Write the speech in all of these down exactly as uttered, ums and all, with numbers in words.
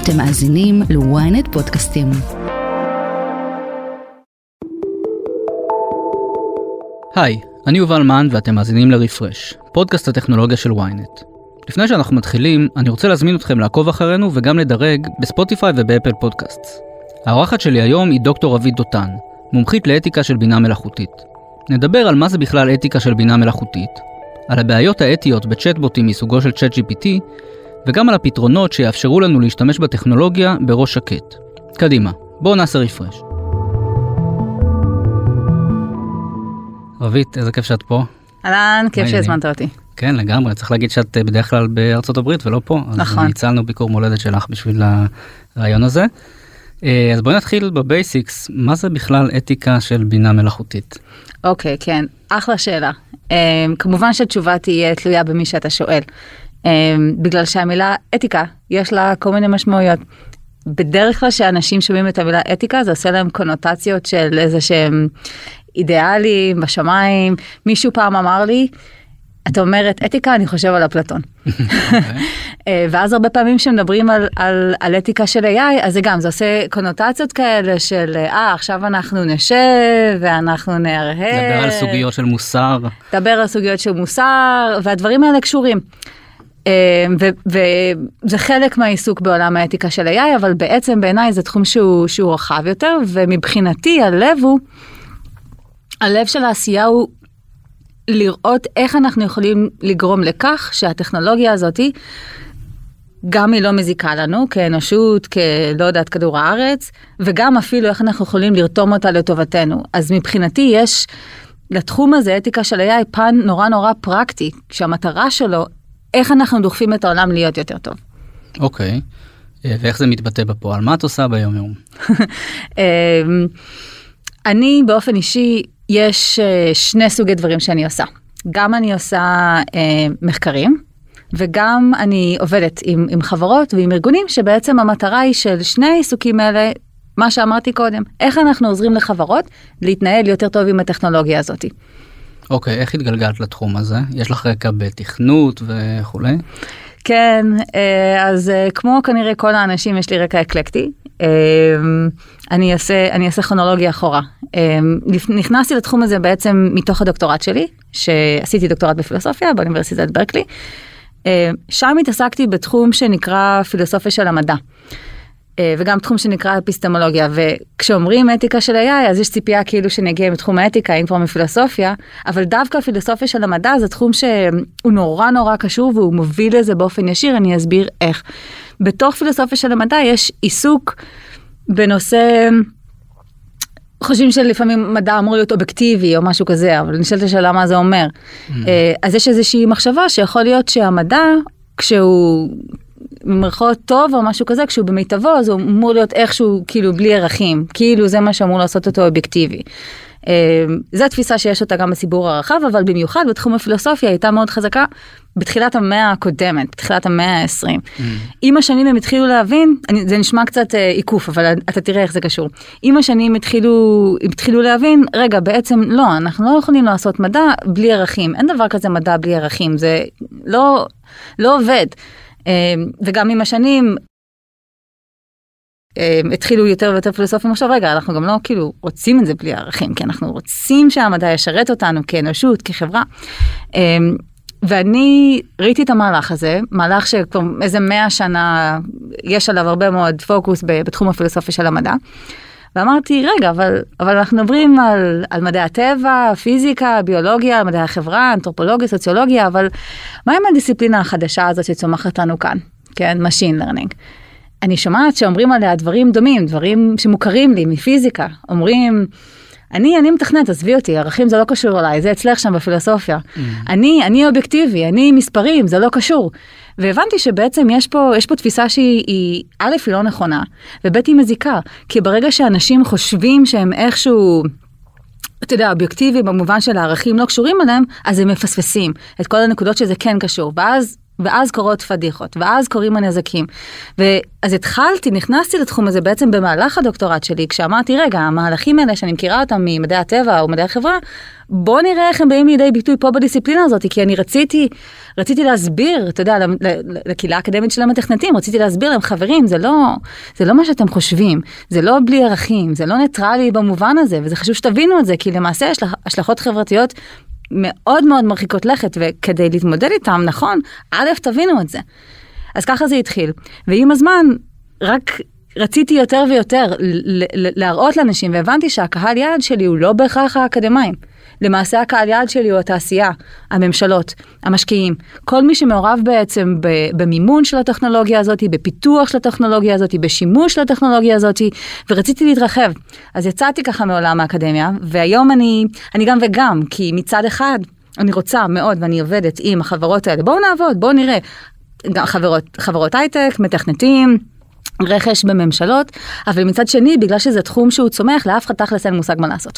אתם מאזינים ל-ynet פודקאסטים. היי, אני יובל מן ואתם מאזינים לרפרש, פודקאסט הטכנולוגיה של ynet. לפני שאנחנו מתחילים, אני רוצה להזמין אתכם לעקוב אחרינו וגם לדרג בספוטיפיי ובאפל פודקאסט. האורחת שלי היום היא דוקטור רוית דותן, מומחית לאתיקה של בינה מלאכותית. נדבר על מה זה בכלל אתיקה של בינה מלאכותית, על הבעיות האתיות בצ'אטבוטים מסוגו של צ'אט ג'י פי טי, וגם על הפתרונות שיאפשרו לנו להשתמש בטכנולוגיה בראש שקט. קדימה, בואו נעשה רפרש. רוית, איזה כיף שאת פה. אהלן, כיף שהזמנת אותי. כן, לגמרי. צריך להגיד שאת בדרך כלל בארצות הברית ולא פה. נכון. אז ניצלנו ביקור מולדת שלך בשביל הרעיון הזה. אז בואי נתחיל בבייסיקס. מה זה בכלל אתיקה של בינה מלאכותית? אוקיי, כן. אחלה שאלה. כמובן שהתשובה תהיה תלויה במי שאתה שואל. בגלל שהמילה אתיקה, יש לה כל מיני משמעויות. בדרך כלל שאנשים שומעים את המילה אתיקה, זה עושה להם קונוטציות של איזה שהם אידיאליים, בשמיים. מישהו פעם אמר לי, את אומרת אתיקה, אני חושב על אפלטון. ואז הרבה פעמים שמדברים על, על, על אתיקה של איי איי, אז זה גם, זה עושה קונוטציות כאלה של, אה, עכשיו אנחנו נשב, ואנחנו נהרהר. דבר על סוגיות של מוסר. דבר על סוגיות של מוסר, והדברים האלה קשורים. וזה חלק מהעיסוק בעולם האתיקה של איי איי, אבל בעצם בעיניי זה תחום שהוא, שהוא רחב יותר, ומבחינתי הלב הוא, הלב של העשייה הוא לראות איך אנחנו יכולים לגרום לכך שהטכנולוגיה הזאת גם היא לא מזיקה לנו כאנושות, כלא יודעת כדור הארץ, וגם אפילו איך אנחנו יכולים לרתום אותה לטובתנו. אז מבחינתי יש לתחום הזה, אתיקה של איי איי, פן נורא נורא פרקטי, שהמטרה שלו, איך אנחנו דוחפים את העולם להיות יותר טוב. אוקיי, ואיך זה מתבטא בפועל? מה את עושה ביום יום? אני באופן אישי, יש שני סוגי דברים שאני עושה. גם אני עושה אה, מחקרים, וגם אני עובדת עם, עם חברות ועם ארגונים, שבעצם המטרה היא של שני העיסוקים האלה, מה שאמרתי קודם, איך אנחנו עוזרים לחברות להתנהל יותר טוב עם הטכנולוגיה הזאת. אוקיי, איך התגלגלת לתחום הזה? יש לך רקע בתכנות וכולי? כן, אז כמו כנראה כל האנשים, יש לי רקע אקלקטי. אני אעשה, אני אעשה כרונולוגיה אחורה. נכנסתי לתחום הזה בעצם מתוך הדוקטורט שלי, שעשיתי דוקטורט בפילוסופיה באוניברסיטת ברקלי. שם התעסקתי בתחום שנקרא פילוסופיה של המדע. וגם תחום שנקרא אפיסטמולוגיה, וכשאומרים אתיקה של איי איי, אז יש ציפייה כאילו שנגיע מתחום האתיקה, אם כבר מפילוסופיה, אבל דווקא פילוסופיה של המדע זה תחום שהוא נורא נורא קשור, והוא מוביל לזה באופן ישיר, אני אסביר איך. בתוך פילוסופיה של המדע יש עיסוק בנושא, חושבים שלפעמים מדע אמור להיות אובייקטיבי או משהו כזה, אבל נשאלת השאלה מה זה אומר. Mm. אז יש איזושהי מחשבה שיכול להיות שהמדע, כשהוא במרכאות טוב או משהו כזה, כשהוא במיטבו, אז הוא אמור להיות איכשהו כאילו בלי ערכים, כאילו זה מה שאמור לעשות אותו אובייקטיבי. זו התפיסה שיש אותה גם בציבור הרחב, אבל במיוחד בתחום הפילוסופיה הייתה מאוד חזקה בתחילת המאה הקודמת, בתחילת המאה ה-עשרים. Mm. עם השנים הם התחילו להבין, אני, זה נשמע קצת אה, עיקוף, אבל אתה תראה איך זה קשור. עם השנים התחילו, התחילו להבין, רגע, בעצם לא, אנחנו לא יכולים לעשות מדע בלי ערכים. אין דבר כזה מדע בלי ערכים, זה לא, לא עובד. וגם עם השנים התחילו יותר ויותר פילוסופים עכשיו, רגע, אנחנו גם לא כאילו רוצים את זה בלי ערכים, כי אנחנו רוצים שהמדע ישרת אותנו כאנושות, כחברה. ואני ראיתי את המהלך הזה, מהלך שכבר איזה מאה שנה יש עליו הרבה מאוד פוקוס בתחום הפילוסופיה של המדע, ואמרתי, רגע, אבל, אבל אנחנו מדברים על, על מדעי הטבע, פיזיקה, ביולוגיה, מדעי החברה, אנתרופולוגיה, סוציולוגיה, אבל מה עם הדיסציפלינה החדשה הזאת שצומחת לנו כאן? כן, Machine Learning. אני שומעת שאומרים עליה דברים דומים, דברים שמוכרים לי מפיזיקה. אומרים, אני, אני מתכנת, עזבי אותי, ערכים זה לא קשור אליי, זה אצלך שם בפילוסופיה. Mm. אני, אני אובייקטיבי, אני מספרים, זה לא קשור. והבנתי שבעצם יש פה, יש פה תפיסה שהיא, היא, א', היא לא נכונה, וב' היא מזיקה. כי ברגע שאנשים חושבים שהם איכשהו, אתה יודע, אובייקטיבי במובן של הערכים לא קשורים עליהם, אז הם מפספסים את כל הנקודות שזה כן קשור. ואז, ואז קורות פדיחות, ואז קורים הנזקים. ואז התחלתי, נכנסתי לתחום הזה בעצם במהלך הדוקטורט שלי, כשאמרתי, רגע, המהלכים האלה שאני מכירה אותם ממדעי הטבע או מדעי החברה, בוא נראה איך הם באים לידי ביטוי פה בדיסציפלינה הזאת, כי אני רציתי, רציתי להסביר, אתה יודע, לקהילה האקדמית של המתכנתים, רציתי להסביר להם, חברים, זה לא, זה לא מה שאתם חושבים, זה לא בלי ערכים, זה לא ניטרלי במובן הזה, וזה חשוב שתבינו את זה, כי למעשה יש השלכות חברתיות מאוד מאוד מרחיקות לכת, וכדי להתמודד איתם, נכון, א', תבינו את זה. אז ככה זה התחיל. ועם הזמן, רק רציתי יותר ויותר להראות לאנשים, והבנתי שהקהל יעד שלי הוא לא בהכרח האקדמיים. למעשה הקהל יעד שלי הוא התעשייה, הממשלות, המשקיעים. כל מי שמעורב בעצם במימון של הטכנולוגיה הזאת, בפיתוח של הטכנולוגיה הזאת, בשימוש של הטכנולוגיה הזאת, ורציתי להתרחב. אז יצאתי ככה מעולם האקדמיה, והיום אני, אני גם וגם, כי מצד אחד אני רוצה מאוד, ואני עובדת עם החברות האלה. בואו נעבוד, בואו נראה. גם חברות, חברות הייטק, מתכנתים, רכש בממשלות, אבל מצד שני, בגלל שזה תחום שהוא צומח, לאף אחד תכלס אין מושג מה לעשות.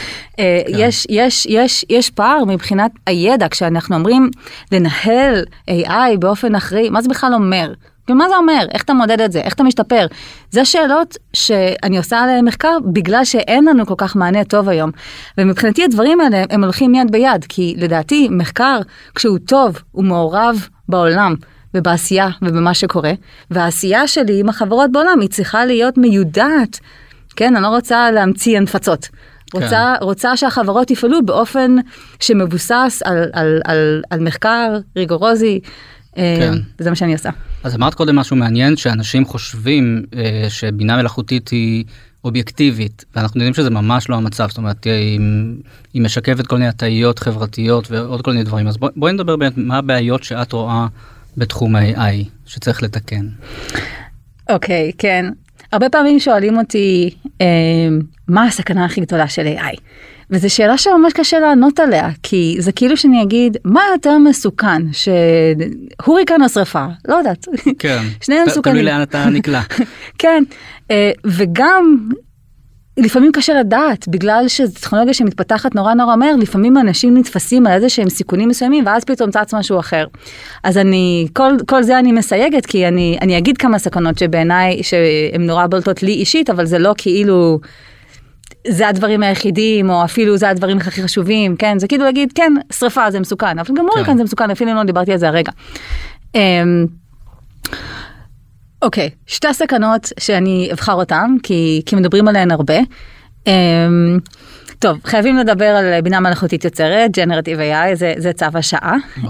יש, יש, יש, יש פער מבחינת הידע, כשאנחנו אומרים לנהל איי איי באופן אחראי, מה זה בכלל אומר? ומה זה אומר? איך אתה מודד את זה? איך אתה משתפר? זה שאלות שאני עושה עליהן מחקר, בגלל שאין לנו כל כך מענה טוב היום. ומבחינתי הדברים האלה, הם הולכים יד ביד, כי לדעתי מחקר, כשהוא טוב, הוא מעורב בעולם, ובעשייה ובמה שקורה, והעשייה שלי עם החברות בעולם היא צריכה להיות מיודעת, כן, אני לא רוצה להמציא הנפצות, רוצה, כן. רוצה שהחברות יפעלו באופן שמבוסס על, על, על, על מחקר ריגורוזי, כן. וזה מה שאני עושה. אז אמרת קודם משהו מעניין, שאנשים חושבים שבינה מלאכותית היא אובייקטיבית, ואנחנו יודעים שזה ממש לא המצב, זאת אומרת, היא, היא משקפת כל מיני תאיות חברתיות ועוד כל מיני דברים, אז בואי בוא נדבר באמת מה הבעיות שאת רואה בתחום ה-איי איי שצריך לתקן. אוקיי, okay, כן. הרבה פעמים שואלים אותי, אה, מה הסכנה הכי גדולה של איי איי? וזו שאלה שממש קשה לענות עליה, כי זה כאילו שאני אגיד, מה יותר מסוכן? שהוריקן או שריפה? לא יודעת. כן. שניהם מסוכנים. תלוי לאן אתה נקלע. כן. אה, וגם לפעמים קשה לדעת, בגלל שזו טכנולוגיה שמתפתחת נורא נורא מהר, לפעמים אנשים נתפסים על איזה שהם סיכונים מסוימים, ואז פתאום צץ משהו אחר. אז אני, כל, כל זה אני מסייגת, כי אני, אני אגיד כמה סכנות שבעיניי, שהן נורא בולטות לי אישית, אבל זה לא כאילו, זה הדברים היחידים, או אפילו זה הדברים הכי חשובים, כן? זה כאילו להגיד, כן, שריפה זה מסוכן, אבל גם הוריקן זה מסוכן, אפילו לא דיברתי על זה הרגע. אוקיי, okay, שתי סכנות שאני אבחר אותן, כי, כי מדברים עליהן הרבה. Um, טוב, חייבים לדבר על בינה מלאכותית יוצרת, Generative איי איי, זה, זה צו השעה. Um,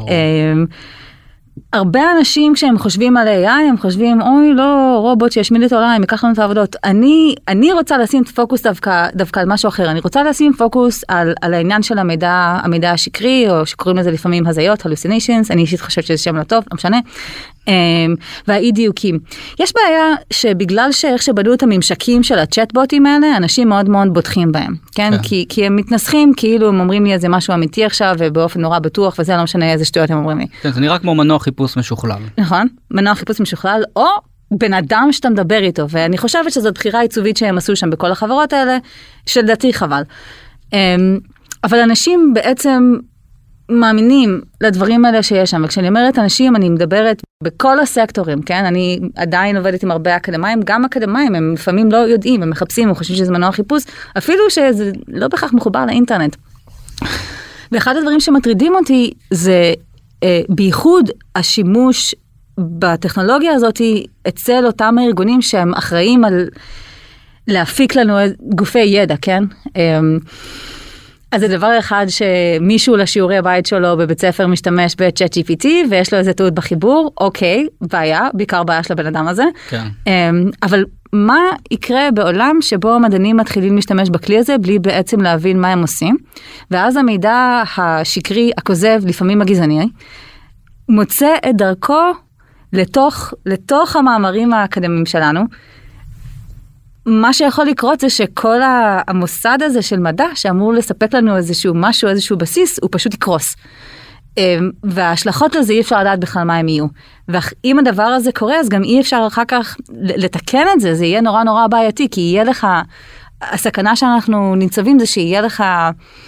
הרבה אנשים כשהם חושבים על איי איי, הם חושבים, אוי לא, רובוט שישמיד את העולם, ייקח לנו את העבודות. אני, אני רוצה לשים פוקוס דווקא, דווקא על משהו אחר. אני רוצה לשים פוקוס על, על העניין של המידע, המידע השקרי, או שקוראים לזה לפעמים הזיות, hallucinations, אני אישית חושבת שזה שם לא טוב, לא משנה. והאי דיוקים. יש בעיה שבגלל שאיך שבדו את הממשקים של הצ'טבוטים האלה, אנשים מאוד מאוד בוטחים בהם, כן? כן. כי, כי הם מתנסחים, כאילו הם אומרים לי איזה משהו אמיתי עכשיו, ובאופן נורא בטוח, וזה לא משנה איזה שטויות הם אומרים לי. כן, זה נראה כמו מנוע חיפוש משוכלל. נכון, מנוע חיפוש משוכלל, או בן אדם שאתה מדבר איתו, ואני חושבת שזאת בחירה עיצובית שהם עשו שם בכל החברות האלה, שלדעתי חבל. אבל אנשים בעצם מאמינים לדברים האלה שיש שם, וכשאני אומרת אנשים, אני מדברת בכל הסקטורים, כן? אני עדיין עובדת עם הרבה אקדמיים, גם אקדמיים, הם לפעמים לא יודעים, הם מחפשים, הם חושבים שזה מנוע חיפוש, אפילו שזה לא בכך מחובר לאינטרנט. ואחד הדברים שמטרידים אותי, זה אה, בייחוד השימוש בטכנולוגיה הזאת, אצל אותם הארגונים שהם אחראים על להפיק לנו גופי ידע, כן? אה, אז זה דבר אחד שמישהו לשיעורי הבית שלו בבית ספר משתמש ב-צ'אט ג'י פי טי, ויש לו איזה טעות בחיבור, אוקיי, בעיה, בעיקר בעיה של הבן אדם הזה. כן. אבל מה יקרה בעולם שבו המדענים מתחילים להשתמש בכלי הזה, בלי בעצם להבין מה הם עושים? ואז המידע השקרי, הכוזב, לפעמים הגזעני, מוצא את דרכו לתוך, לתוך המאמרים האקדמיים שלנו, מה שיכול לקרות זה שכל המוסד הזה של מדע, שאמור לספק לנו איזשהו משהו, איזשהו בסיס, הוא פשוט יקרוס. וההשלכות לזה אי אפשר לדעת בכלל מה הם יהיו. ואם הדבר הזה קורה, אז גם אי אפשר אחר כך לתקן את זה, זה יהיה נורא נורא בעייתי, כי יהיה לך, הסכנה שאנחנו ניצבים זה שיהיה לך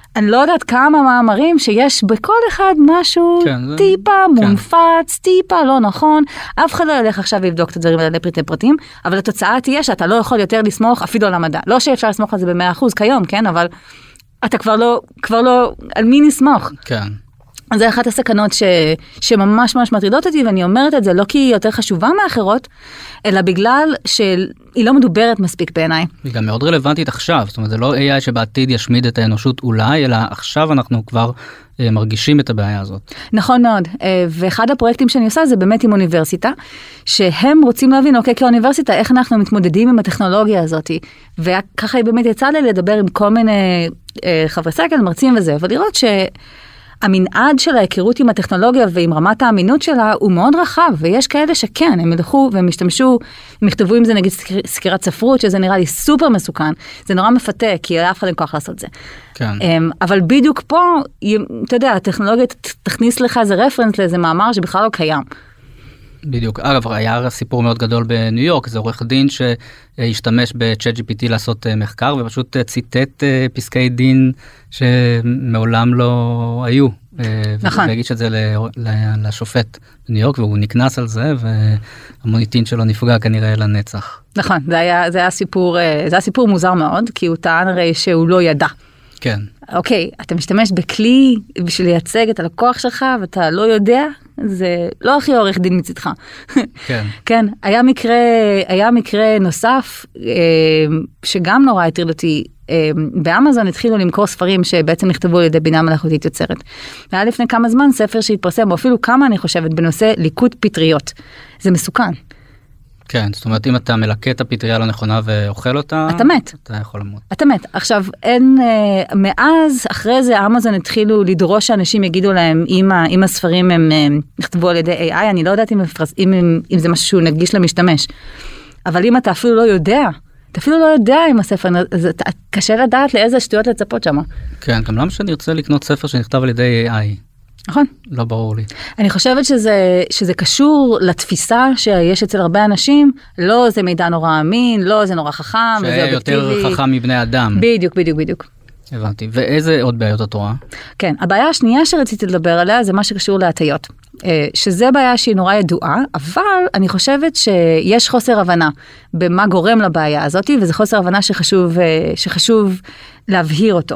אני לא יודעת כמה מאמרים שיש בכל אחד משהו כן, טיפה זה... מונפץ, כן. טיפה לא נכון, אף אחד לא ילך עכשיו ויבדוק את הדברים האלה לפרטי פרטים, אבל התוצאה תהיה שאתה לא יכול יותר לסמוך אפילו על המדע. לא שאפשר לסמוך על זה ב-מאה אחוז כיום, כן, אבל אתה כבר לא, כבר לא, על מי נסמוך? כן. אז זה אחת הסכנות ש, שממש ממש מטרידות אותי, ואני אומרת את זה לא כי היא יותר חשובה מאחרות, אלא בגלל שהיא לא מדוברת מספיק בעיניי. היא גם מאוד רלוונטית עכשיו, זאת אומרת, זה לא איי איי שבעתיד ישמיד את האנושות אולי, אלא עכשיו אנחנו כבר אה, מרגישים את הבעיה הזאת. נכון מאוד, אה, ואחד הפרויקטים שאני עושה זה באמת עם אוניברסיטה, שהם רוצים להבין, אוקיי, כאוניברסיטה, איך אנחנו מתמודדים עם הטכנולוגיה הזאת, וככה היא באמת יצאה לי לדבר עם כל מיני אה, חברי סגל, מרצים וזה, ולראות ש... המנעד של ההיכרות עם הטכנולוגיה ועם רמת האמינות שלה הוא מאוד רחב, ויש כאלה שכן, הם ילכו והם ישתמשו, הם יכתבו עם זה נגיד סקירת ספרות, שזה נראה לי סופר מסוכן, זה נורא מפתה, כי אף אחד אין כוח לעשות זה. כן. אבל בדיוק פה, אתה יודע, הטכנולוגיה תכניס לך איזה רפרנס לאיזה מאמר שבכלל לא קיים. בדיוק. אגב, היה סיפור מאוד גדול בניו יורק, זה עורך דין שהשתמש ב-צ'אט ג'י פי טי לעשות מחקר, ופשוט ציטט פסקי דין שמעולם לא היו. נכון. והגיש את זה לשופט בניו יורק, והוא נקנס על זה, והמוניטין שלו נפגע כנראה לנצח. נכון, זה היה, זה היה סיפור, זה היה סיפור מוזר מאוד, כי הוא טען הרי שהוא לא ידע. כן. אוקיי, אתה משתמש בכלי בשביל לייצג את הלקוח שלך, ואתה לא יודע, זה לא הכי עורך דין מצדך. כן. כן, היה מקרה, היה מקרה נוסף, שגם נורא הטריד אותי, באמזון התחילו למכור ספרים שבעצם נכתבו על ידי בינה מלאכותית יוצרת. היה לפני כמה זמן ספר שהתפרסם, או אפילו כמה אני חושבת, בנושא ליקוט פטריות. זה מסוכן. כן, זאת אומרת, אם אתה מלקט את הפטריה לא נכונה ואוכל אותה, אתה מת. אתה יכול למות. אתה מת. עכשיו, אין, מאז, אחרי זה, אמזון התחילו לדרוש שאנשים יגידו להם, אם, אם הספרים הם נכתבו על ידי איי איי, אני לא יודעת אם, אם, אם זה משהו שהוא נגיש למשתמש. אבל אם אתה אפילו לא יודע, אתה אפילו לא יודע אם הספר, אז קשה לדעת לאיזה שטויות לצפות שם. כן, גם למה שאני ארצה לקנות ספר שנכתב על ידי איי איי? נכון. לא ברור לי. אני חושבת שזה, שזה קשור לתפיסה שיש אצל הרבה אנשים, לא זה מידע נורא אמין, לא זה נורא חכם, זה אובייקטיבי. יותר חכם מבני אדם. בדיוק, בדיוק, בדיוק. הבנתי. ואיזה עוד בעיות את רואה? כן, הבעיה השנייה שרציתי לדבר עליה זה מה שקשור להטיות. שזה בעיה שהיא נורא ידועה, אבל אני חושבת שיש חוסר הבנה במה גורם לבעיה הזאת, וזה חוסר הבנה שחשוב, שחשוב להבהיר אותו.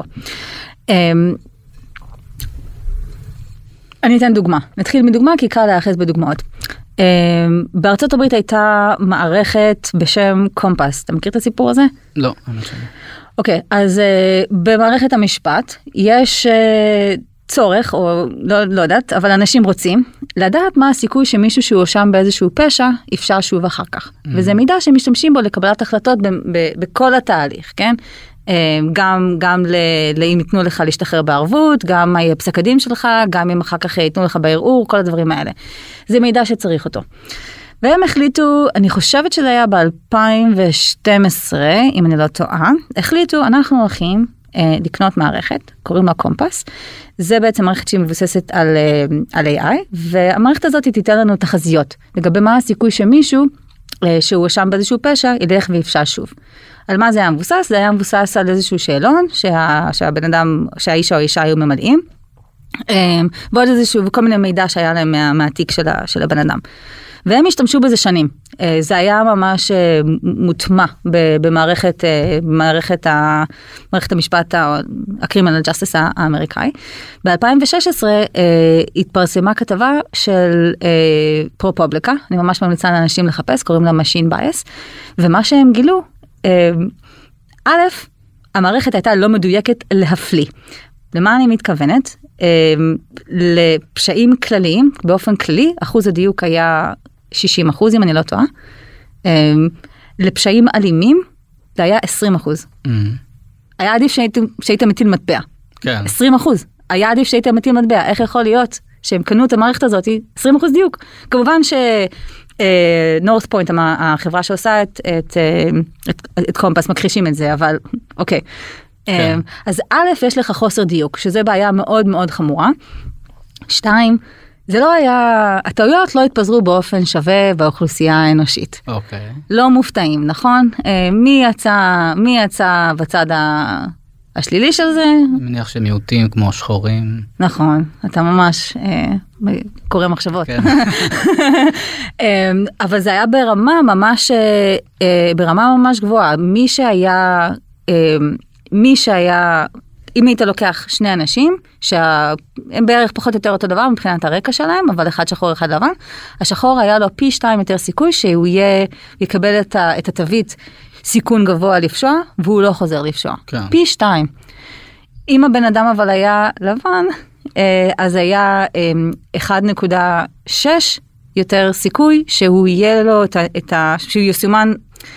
אני אתן דוגמה. נתחיל מדוגמה, כי קל להאחז בדוגמאות. בארצות הברית הייתה מערכת בשם קומפס. אתה מכיר את הסיפור הזה? לא, אני לא שומע. אוקיי, אז במערכת המשפט יש צורך, או לא, לא יודעת, אבל אנשים רוצים לדעת מה הסיכוי שמישהו שהוא הואשם באיזשהו פשע יפשר שוב אחר כך. Mm-hmm. וזה מידע שמשתמשים בו לקבלת החלטות ב- ב- בכל התהליך, כן? גם, גם ל- אם ייתנו לך להשתחרר בערבות, גם מה יהיה פסק הדין שלך, גם אם אחר כך ייתנו לך בערעור, כל הדברים האלה. זה מידע שצריך אותו. והם החליטו, אני חושבת שזה היה ב-אלפיים ושתים עשרה, אם אני לא טועה, החליטו, אנחנו הולכים אה, לקנות מערכת, קוראים לה קומפס, זה בעצם מערכת שהיא מבוססת על, אה, על איי איי, והמערכת הזאת תיתן לנו תחזיות, לגבי מה הסיכוי שמישהו, אה, שהוא שם באיזשהו פשע, ילך ויפשע שוב. על מה זה היה מבוסס? זה היה מבוסס על איזשהו שאלון, שה, שהבן אדם, שהאיש או האישה היו ממלאים, אה, ועוד איזשהו, וכל מיני מידע שהיה להם מה, מהתיק של, ה, של הבן אדם. והם השתמשו בזה שנים. זה היה ממש מוטמע במערכת, במערכת מערכת המשפט, הקרימינל ג'סטיס האמריקאי. ב-אלפיים ושש עשרה התפרסמה כתבה של פרו-פובליקה, אני ממש ממליצה לאנשים לחפש, קוראים לה Machine Bias, ומה שהם גילו, א', המערכת הייתה לא מדויקת להפליא. למה אני מתכוונת? לפשעים כלליים, באופן כללי, אחוז הדיוק היה שישים אחוז, אם אני לא טועה. לפשעים אלימים, זה היה עשרים אחוז. היה עדיף שהיית מטיל מטבע. כן. עשרים אחוז. היה עדיף שהיית מטיל מטבע. איך יכול להיות שהם קנו את המערכת הזאת, עשרים אחוז דיוק. כמובן ש... נורת' פוינט, החברה שעושה את, את, את, את קומפס, מכחישים את זה, אבל אוקיי. כן. אז א', יש לך חוסר דיוק, שזה בעיה מאוד מאוד חמורה. שתיים, זה לא היה, הטעויות לא התפזרו באופן שווה באוכלוסייה האנושית. אוקיי. לא מופתעים, נכון? מי יצא, מי יצא בצד ה... השלילי של זה... אני מניח שמיעוטים כמו שחורים. נכון, אתה ממש אה, קורא מחשבות. כן. אה, אבל זה היה ברמה ממש, אה, אה, ברמה ממש גבוהה. מי שהיה, אה, מי שהיה, אם היית לוקח שני אנשים, שהם בערך פחות או יותר אותו דבר מבחינת הרקע שלהם, אבל אחד שחור אחד לבן, השחור היה לו פי שתיים יותר סיכוי שהוא יהיה, יקבל את, ה, את התווית סיכון גבוה לפשוע, והוא לא חוזר לפשוע. כן. פי שתיים. אם הבן אדם אבל היה לבן, אז היה אחד נקודה שש יותר סיכוי שהוא יהיה לו את ה... את ה שהוא יסומן...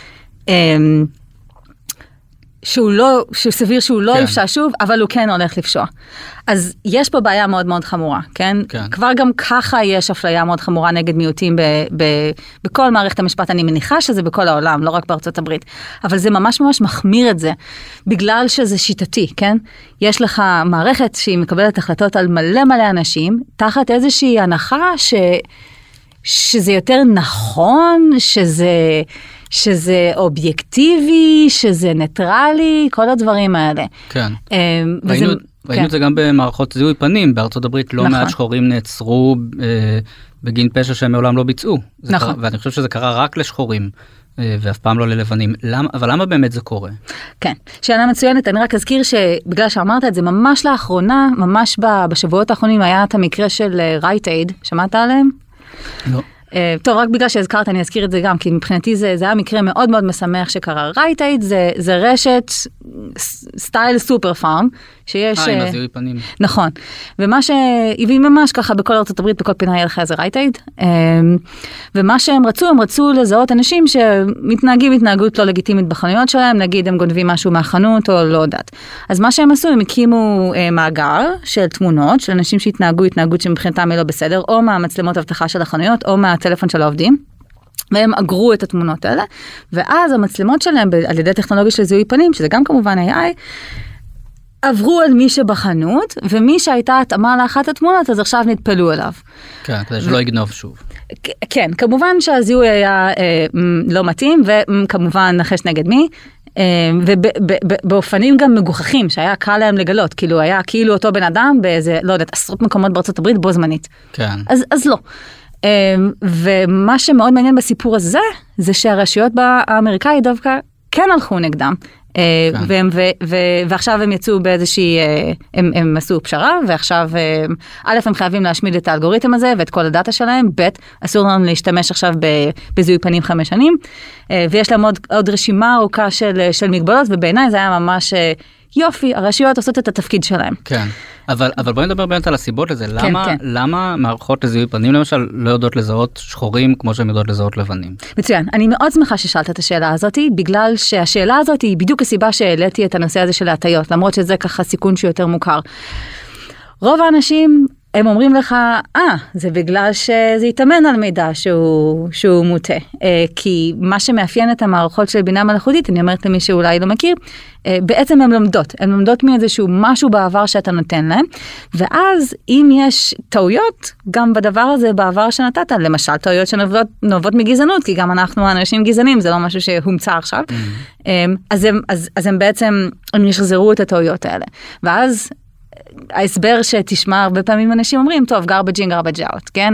שהוא לא, שהוא סביר שהוא לא יפשע כן. שוב, אבל הוא כן הולך לפשוע. אז יש פה בעיה מאוד מאוד חמורה, כן? כן. כבר גם ככה יש אפליה מאוד חמורה נגד מיעוטים ב, ב, בכל מערכת המשפט, אני מניחה שזה בכל העולם, לא רק בארצות הברית, אבל זה ממש ממש מחמיר את זה, בגלל שזה שיטתי, כן? יש לך מערכת שהיא מקבלת החלטות על מלא מלא אנשים, תחת איזושהי הנחה ש, שזה יותר נכון, שזה... שזה אובייקטיבי, שזה ניטרלי, כל הדברים האלה. כן. ראינו, ראינו את זה גם במערכות זיהוי פנים, בארצות הברית לא מעט שחורים נעצרו בגין פשע שהם מעולם לא ביצעו. נכון. ואני חושב שזה קרה רק לשחורים, ואף פעם לא ללבנים. אבל למה באמת זה קורה? כן, שאלה מצוינת, אני רק אזכיר שבגלל שאמרת את זה, ממש לאחרונה, ממש בשבועות האחרונים, היה את המקרה של רייט אייד, שמעת עליהם? לא. Uh, טוב, רק בגלל שהזכרת אני אזכיר את זה גם, כי מבחינתי זה, זה היה מקרה מאוד מאוד משמח שקרה. רייט אייד זה, זה רשת סטייל סופר פארם, שיש... אה, עם הזיהוי פנים. נכון. ומה שהביא ממש ככה בכל ארצות הברית, בכל פינה יהיה לך איזה רייט אייד. Um, ומה שהם רצו, הם רצו לזהות אנשים שמתנהגים התנהגות לא לגיטימית בחנויות שלהם, נגיד הם גונבים משהו מהחנות או לא יודעת. אז מה שהם עשו, הם הקימו uh, מאגר של תמונות, של אנשים שהתנהגו התנהגות שמבחינתם היא לא בסדר, או מהמצלמות אבטחה של החנויות, או מה הטלפון של העובדים, והם אגרו את התמונות האלה, ואז המצלמות שלהם, על ידי טכנולוגיה של זיהוי פנים, שזה גם כמובן איי איי, עברו על מי שבחנות, ומי שהייתה התאמה לאחת התמונות, אז עכשיו נתפלו אליו. כן, כדי שלא יגנוב שוב. כן, כמובן שהזיהוי היה אה, לא מתאים, וכמובן נחש נגד מי, אה, ובאופנים גם מגוחכים, שהיה קל להם לגלות, כאילו היה כאילו אותו בן אדם, באיזה, לא יודעת, עשרות מקומות בארצות הברית, בו זמנית. כן. אז, אז לא. ומה שמאוד מעניין בסיפור הזה, זה שהרשויות באמריקאי דווקא כן הלכו נגדם. והם, ו, ו, ועכשיו הם יצאו באיזושהי, הם, הם עשו פשרה, ועכשיו, א', הם חייבים להשמיד את האלגוריתם הזה, ואת כל הדאטה שלהם, ב', אסור לנו להשתמש עכשיו בזיהוי פנים חמש שנים, ויש להם עוד, עוד רשימה ארוכה של, של מגבלות, ובעיניי זה היה ממש יופי, הרשויות עושות את התפקיד שלהם. כן, אבל, אבל בואי נדבר באמת על הסיבות לזה, כן, למה, כן. למה מערכות לזיהוי פנים למשל לא יודעות לזהות שחורים כמו שהן יודעות לזהות לבנים? מצוין, אני מאוד שמחה ששאלת את השאלה הזאת, בגלל שהשאלה הזאת היא בדיוק הסיבה שהעליתי את הנושא הזה של ההטיות, למרות שזה ככה סיכון שהוא יותר מוכר. רוב האנשים הם אומרים לך, אה, זה בגלל שזה יתאמן על מידע שהוא, שהוא מוטה. אה, כי מה שמאפיין את המערכות של בינה מלאכותית, אני אומרת למי שאולי לא מכיר, אה, בעצם הן לומדות. הן לומדות מאיזשהו משהו בעבר שאתה נותן להם, ואז אם יש טעויות, גם בדבר הזה בעבר שנתת, למשל טעויות שנובעות מגזענות, כי גם אנחנו אנשים גזענים, זה לא משהו שהומצא עכשיו, mm-hmm. אה, אז, הם, אז, אז הם בעצם, הם יחזרו את הטעויות האלה. ואז, ההסבר שתשמע הרבה פעמים אנשים אומרים, טוב, garbage in, garbage out, כן?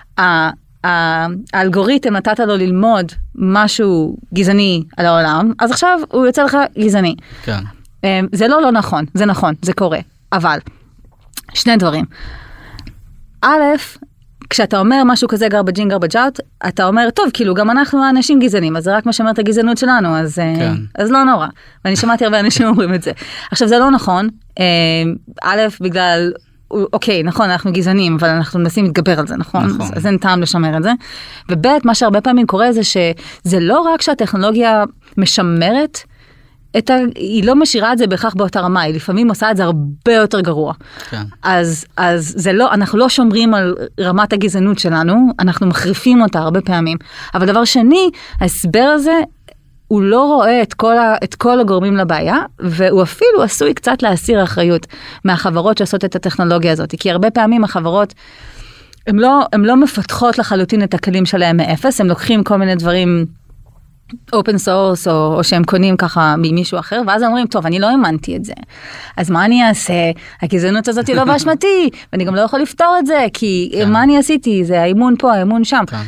האלגוריתם נתת לו ללמוד משהו גזעני על העולם, אז עכשיו הוא יוצא לך גזעני. כן. זה לא לא נכון, זה נכון, זה קורה. אבל, שני דברים. א', כשאתה אומר משהו כזה garbage in, garbage out, אתה אומר, טוב, כאילו גם אנחנו האנשים גזענים, אז זה רק משמר את הגזענות שלנו, אז, כן. אז לא נורא. ואני שמעתי הרבה אנשים אומרים את זה. עכשיו, זה לא נכון. א', בגלל, אוקיי, נכון, אנחנו גזענים, אבל אנחנו מנסים להתגבר על זה, נכון? נכון. אז, אז אין טעם לשמר את זה. וב', מה שהרבה פעמים קורה זה שזה לא רק שהטכנולוגיה משמרת, את ה... היא לא משאירה את זה בהכרח באותה רמה, היא לפעמים עושה את זה הרבה יותר גרוע. כן. אז, אז זה לא, אנחנו לא שומרים על רמת הגזענות שלנו, אנחנו מחריפים אותה הרבה פעמים. אבל דבר שני, ההסבר הזה, הוא לא רואה את כל, ה, את כל הגורמים לבעיה, והוא אפילו עשוי קצת להסיר אחריות מהחברות שעושות את הטכנולוגיה הזאת. כי הרבה פעמים החברות, הם לא, הם לא מפתחות לחלוטין את הכלים שלהם מאפס, הם לוקחים כל מיני דברים אופן סורס, או, או שהם קונים ככה ממישהו אחר, ואז אומרים, טוב, אני לא האמנתי את זה. אז מה אני אעשה? הגזענות הזאת היא לא באשמתי, ואני גם לא יכול לפתור את זה, כי כן. מה אני עשיתי? זה האימון פה, האימון שם. כן.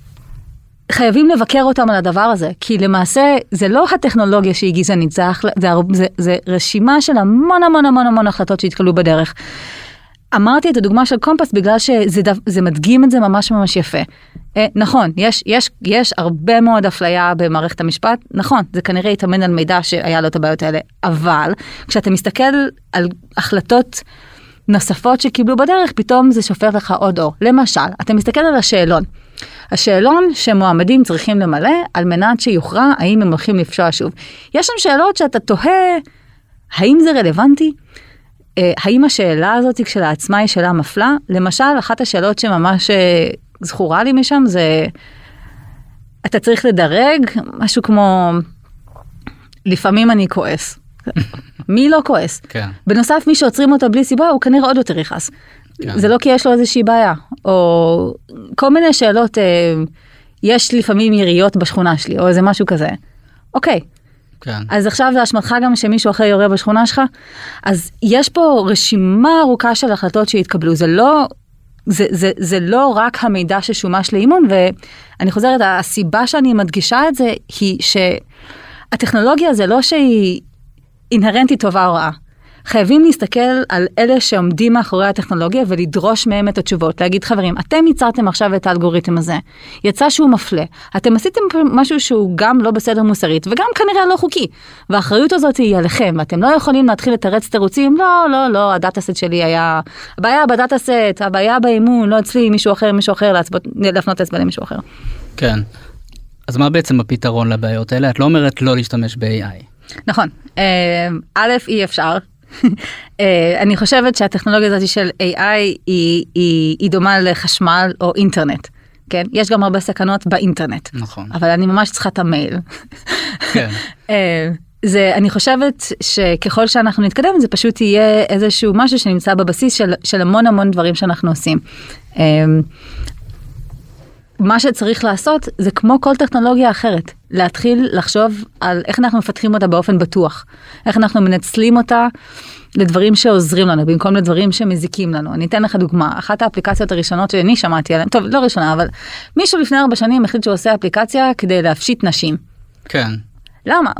חייבים לבקר אותם על הדבר הזה, כי למעשה זה לא הטכנולוגיה שהיא גזענית, זה, זה, זה, זה רשימה של המון המון המון המון החלטות שהתקלו בדרך. אמרתי את הדוגמה של קומפס בגלל שזה זה מדגים את זה ממש ממש יפה. אה, נכון, יש, יש, יש הרבה מאוד אפליה במערכת המשפט, נכון, זה כנראה יתאמן על מידע שהיה לו את הבעיות האלה, אבל כשאתה מסתכל על החלטות נוספות שקיבלו בדרך, פתאום זה שופר לך עוד אור. למשל, אתה מסתכל על השאלון. השאלון שמועמדים צריכים למלא על מנת שיוכרע האם הם הולכים לפשוע שוב. יש שם שאלות שאתה תוהה, האם זה רלוונטי? האם השאלה הזאת כשלעצמה היא שאלה מפלה? למשל, אחת השאלות שממש זכורה לי משם זה, אתה צריך לדרג משהו כמו, לפעמים אני כועס. מי לא כועס? כן. בנוסף, מי שעוצרים אותו בלי סיבה, הוא כנראה עוד יותר יכעס. כן. זה לא כי יש לו איזושהי בעיה. או כל מיני שאלות, יש לפעמים יריות בשכונה שלי, או איזה משהו כזה. אוקיי. כן. אז עכשיו זה אשמתך גם שמישהו אחר יורה בשכונה שלך. אז יש פה רשימה ארוכה של החלטות שהתקבלו. זה לא, זה, זה, זה לא רק המידע ששומש לאימון, ואני חוזרת, הסיבה שאני מדגישה את זה, היא שהטכנולוגיה זה לא שהיא אינהרנטית טובה או רעה. חייבים להסתכל על אלה שעומדים מאחורי הטכנולוגיה ולדרוש מהם את התשובות. להגיד, חברים, אתם ייצרתם עכשיו את האלגוריתם הזה. יצא שהוא מפלה. אתם עשיתם משהו שהוא גם לא בסדר מוסרית, וגם כנראה לא חוקי. והאחריות הזאת היא עליכם, ואתם לא יכולים להתחיל לתרץ תירוצים. לא, לא, לא, הדאטה-סט שלי היה... הבעיה בדאטה-סט, הבעיה באימון, לא אצלי, מישהו אחר, מישהו אחר, להצבות, להפנות אצבע למישהו אחר. כן. אז מה בעצם הפתרון לבעיות האלה? את לא אומרת לא להשתמש ב-איי איי. נכון. א', אי אפשר. אני חושבת שהטכנולוגיה הזאת של איי איי היא, היא, היא דומה לחשמל או אינטרנט. כן? יש גם הרבה סכנות באינטרנט. נכון. אבל אני ממש צריכה את המייל. כן. זה, אני חושבת שככל שאנחנו נתקדם, זה פשוט יהיה איזשהו משהו שנמצא בבסיס של, של המון המון דברים שאנחנו עושים. מה שצריך לעשות זה כמו כל טכנולוגיה אחרת, להתחיל לחשוב על איך אנחנו מפתחים אותה באופן בטוח, איך אנחנו מנצלים אותה לדברים שעוזרים לנו, במקום לדברים שמזיקים לנו. אני אתן לך דוגמה, אחת האפליקציות הראשונות שאני שמעתי עליהן, טוב, לא ראשונה, אבל מישהו לפני ארבע שנים החליט שהוא עושה אפליקציה כדי להפשיט נשים. כן. למה?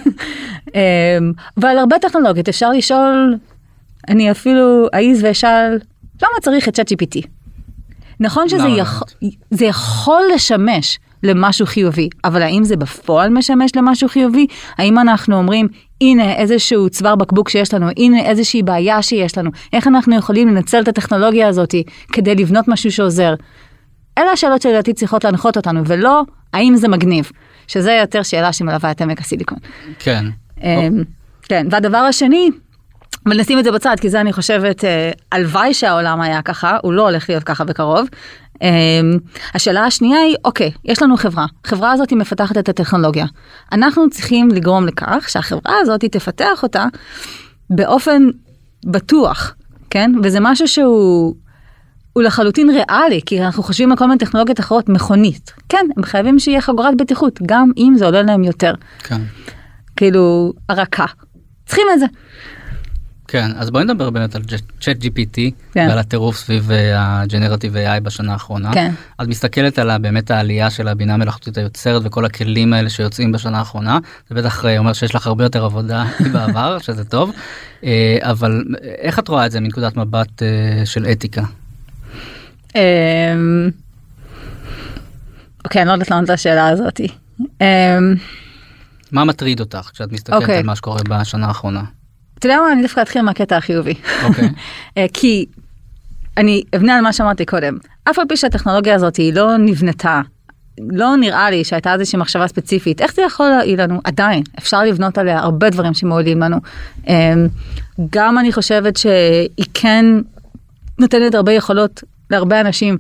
ועל הרבה טכנולוגיות אפשר לשאול, אני אפילו אעיז ואשאל, למה צריך את צ'אט ג'י פי טי? נכון שזה יכול, זה יכול לשמש למשהו חיובי, אבל האם זה בפועל משמש למשהו חיובי? האם אנחנו אומרים, הנה איזשהו צוואר בקבוק שיש לנו, הנה איזושהי בעיה שיש לנו, איך אנחנו יכולים לנצל את הטכנולוגיה הזאת כדי לבנות משהו שעוזר? אלה השאלות שלדעתי צריכות להנחות אותנו, ולא האם זה מגניב, שזה יותר שאלה שמלווה את עמק הסיליקון. כן. כן, והדבר השני, אבל נשים את זה בצד, כי זה אני חושבת, הלוואי שהעולם היה ככה, הוא לא הולך להיות ככה בקרוב. השאלה השנייה היא, אוקיי, יש לנו חברה. חברה הזאת היא מפתחת את הטכנולוגיה. אנחנו צריכים לגרום לכך שהחברה הזאת היא תפתח אותה באופן בטוח, כן? וזה משהו שהוא הוא לחלוטין ריאלי, כי אנחנו חושבים על כל מיני טכנולוגיות אחרות, מכונית. כן, הם חייבים שיהיה חגורת בטיחות, גם אם זה עולה להם יותר. כן. כאילו, הרקה. צריכים את זה. כן, אז בואי נדבר באמת על צ'אט ג'י פי טי, כן. ועל הטירוף סביב הג'נרטיב איי איי בשנה האחרונה. כן. את מסתכלת על באמת העלייה של הבינה המלאכותית היוצרת, וכל הכלים האלה שיוצאים בשנה האחרונה, זה בטח אומר שיש לך הרבה יותר עבודה בעבר, שזה טוב, אבל איך את רואה את זה מנקודת מבט של אתיקה? אוקיי, אני לא יודעת לענות לשאלה הזאת. מה מטריד אותך כשאת מסתכלת על מה שקורה בשנה האחרונה? אתה יודע מה, אני דווקא אתחיל מהקטע החיובי. אוקיי. כי אני אבנה על מה שאמרתי קודם. אף על פי שהטכנולוגיה הזאת היא לא נבנתה, לא נראה לי שהייתה איזושהי מחשבה ספציפית. איך זה יכול להועיל לנו? עדיין, אפשר לבנות עליה הרבה דברים שמועילים לנו. גם אני חושבת שהיא כן נותנת הרבה יכולות להרבה אנשים.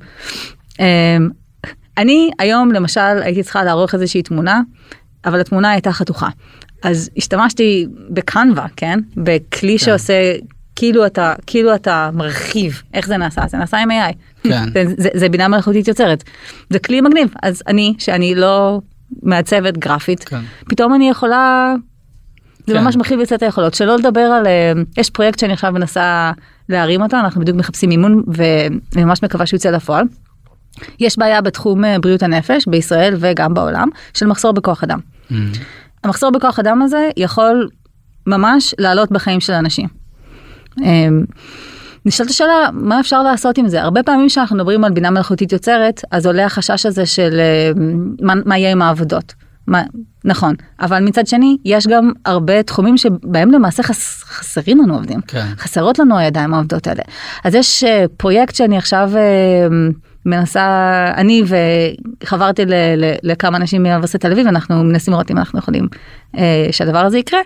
אני היום למשל הייתי צריכה לערוך איזושהי תמונה, אבל התמונה הייתה חתוכה. אז השתמשתי בקנווה, כן? בכלי שעושה, כאילו אתה, כאילו אתה מרחיב. איך זה נעשה? זה נעשה עם איי איי. כן. זה, זה, זה בינה מלאכותית יוצרת. זה כלי מגניב. אז אני, שאני לא מעצבת גרפית, כן. פתאום אני יכולה, זה כן. ממש מכיל בצאת היכולות, שלא לדבר על, יש פרויקט שאני עכשיו מנסה להרים אותו, אנחנו בדיוק מחפשים מימון, ואני ממש מקווה שהוא יצא לפועל. יש בעיה בתחום בריאות הנפש, בישראל וגם בעולם, של מחסור בכוח אדם. Mm. המחסור בכוח אדם הזה יכול ממש לעלות בחיים של אנשים. נשאלת השאלה, מה אפשר לעשות עם זה? הרבה פעמים שאנחנו מדברים על בינה מלאכותית יוצרת, אז עולה החשש הזה של מה, מה יהיה עם העבודות. מה, נכון, אבל מצד שני, יש גם הרבה תחומים שבהם למעשה חס, חסרים לנו עובדים. כן. חסרות לנו הידיים העובדות האלה. אז יש פרויקט שאני עכשיו מנסה, אני וחברתי ל, ל, לכמה אנשים מאוניברסיטת תל אביב, אנחנו מנסים לראות אם אנחנו יכולים שהדבר הזה יקרה.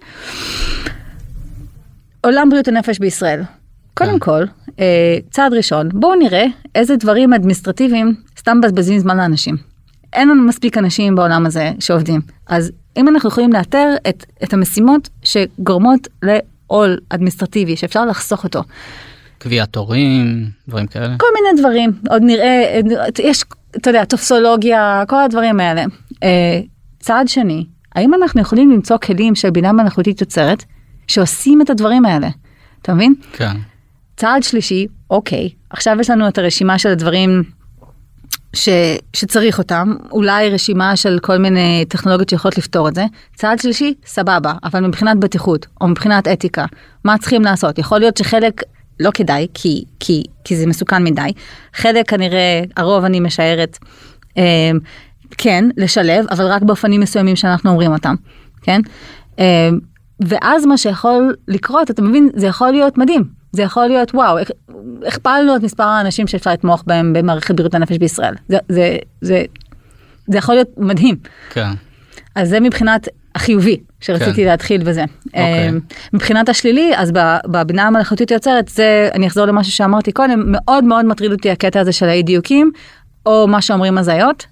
עולם בריאות הנפש בישראל. קודם כל, צעד ראשון, בואו נראה איזה דברים אדמיניסטרטיביים סתם בזבזים זמן לאנשים. אין לנו מספיק אנשים בעולם הזה שעובדים. אז אם אנחנו יכולים לאתר את, את המשימות שגורמות לעול אדמיניסטרטיבי, שאפשר לחסוך אותו. קביעת תורים, דברים כאלה. כל מיני דברים. עוד נראה, יש, אתה יודע, טופסולוגיה, כל הדברים האלה. צעד שני, האם אנחנו יכולים למצוא כלים של בינה מלאכותית יוצרת, שעושים את הדברים האלה? אתה מבין? כן. צעד שלישי, אוקיי, עכשיו יש לנו את הרשימה של הדברים ש, שצריך אותם, אולי רשימה של כל מיני טכנולוגיות שיכולות לפתור את זה. צעד שלישי, סבבה, אבל מבחינת בטיחות, או מבחינת אתיקה, מה צריכים לעשות? יכול להיות שחלק לא כדאי, כי, כי, כי זה מסוכן מדי. חלק כנראה, הרוב אני משערת, אה, כן, לשלב, אבל רק באופנים מסוימים שאנחנו אומרים אותם, כן? אה, ואז מה שיכול לקרות, אתה מבין, זה יכול להיות מדהים. זה יכול להיות, וואו, הכפלנו את מספר האנשים שאפשר לתמוך בהם במערכת בריאות הנפש בישראל. זה, זה, זה, זה יכול להיות מדהים. כן. אז זה מבחינת החיובי, שרציתי כן. להתחיל בזה. אוקיי. מבחינת השלילי, אז בבינה המלאכותית יוצרת, זה, אני אחזור למשהו שאמרתי קודם, מאוד מאוד מטריד אותי הקטע הזה של האי דיוקים, או מה שאומרים הזיות.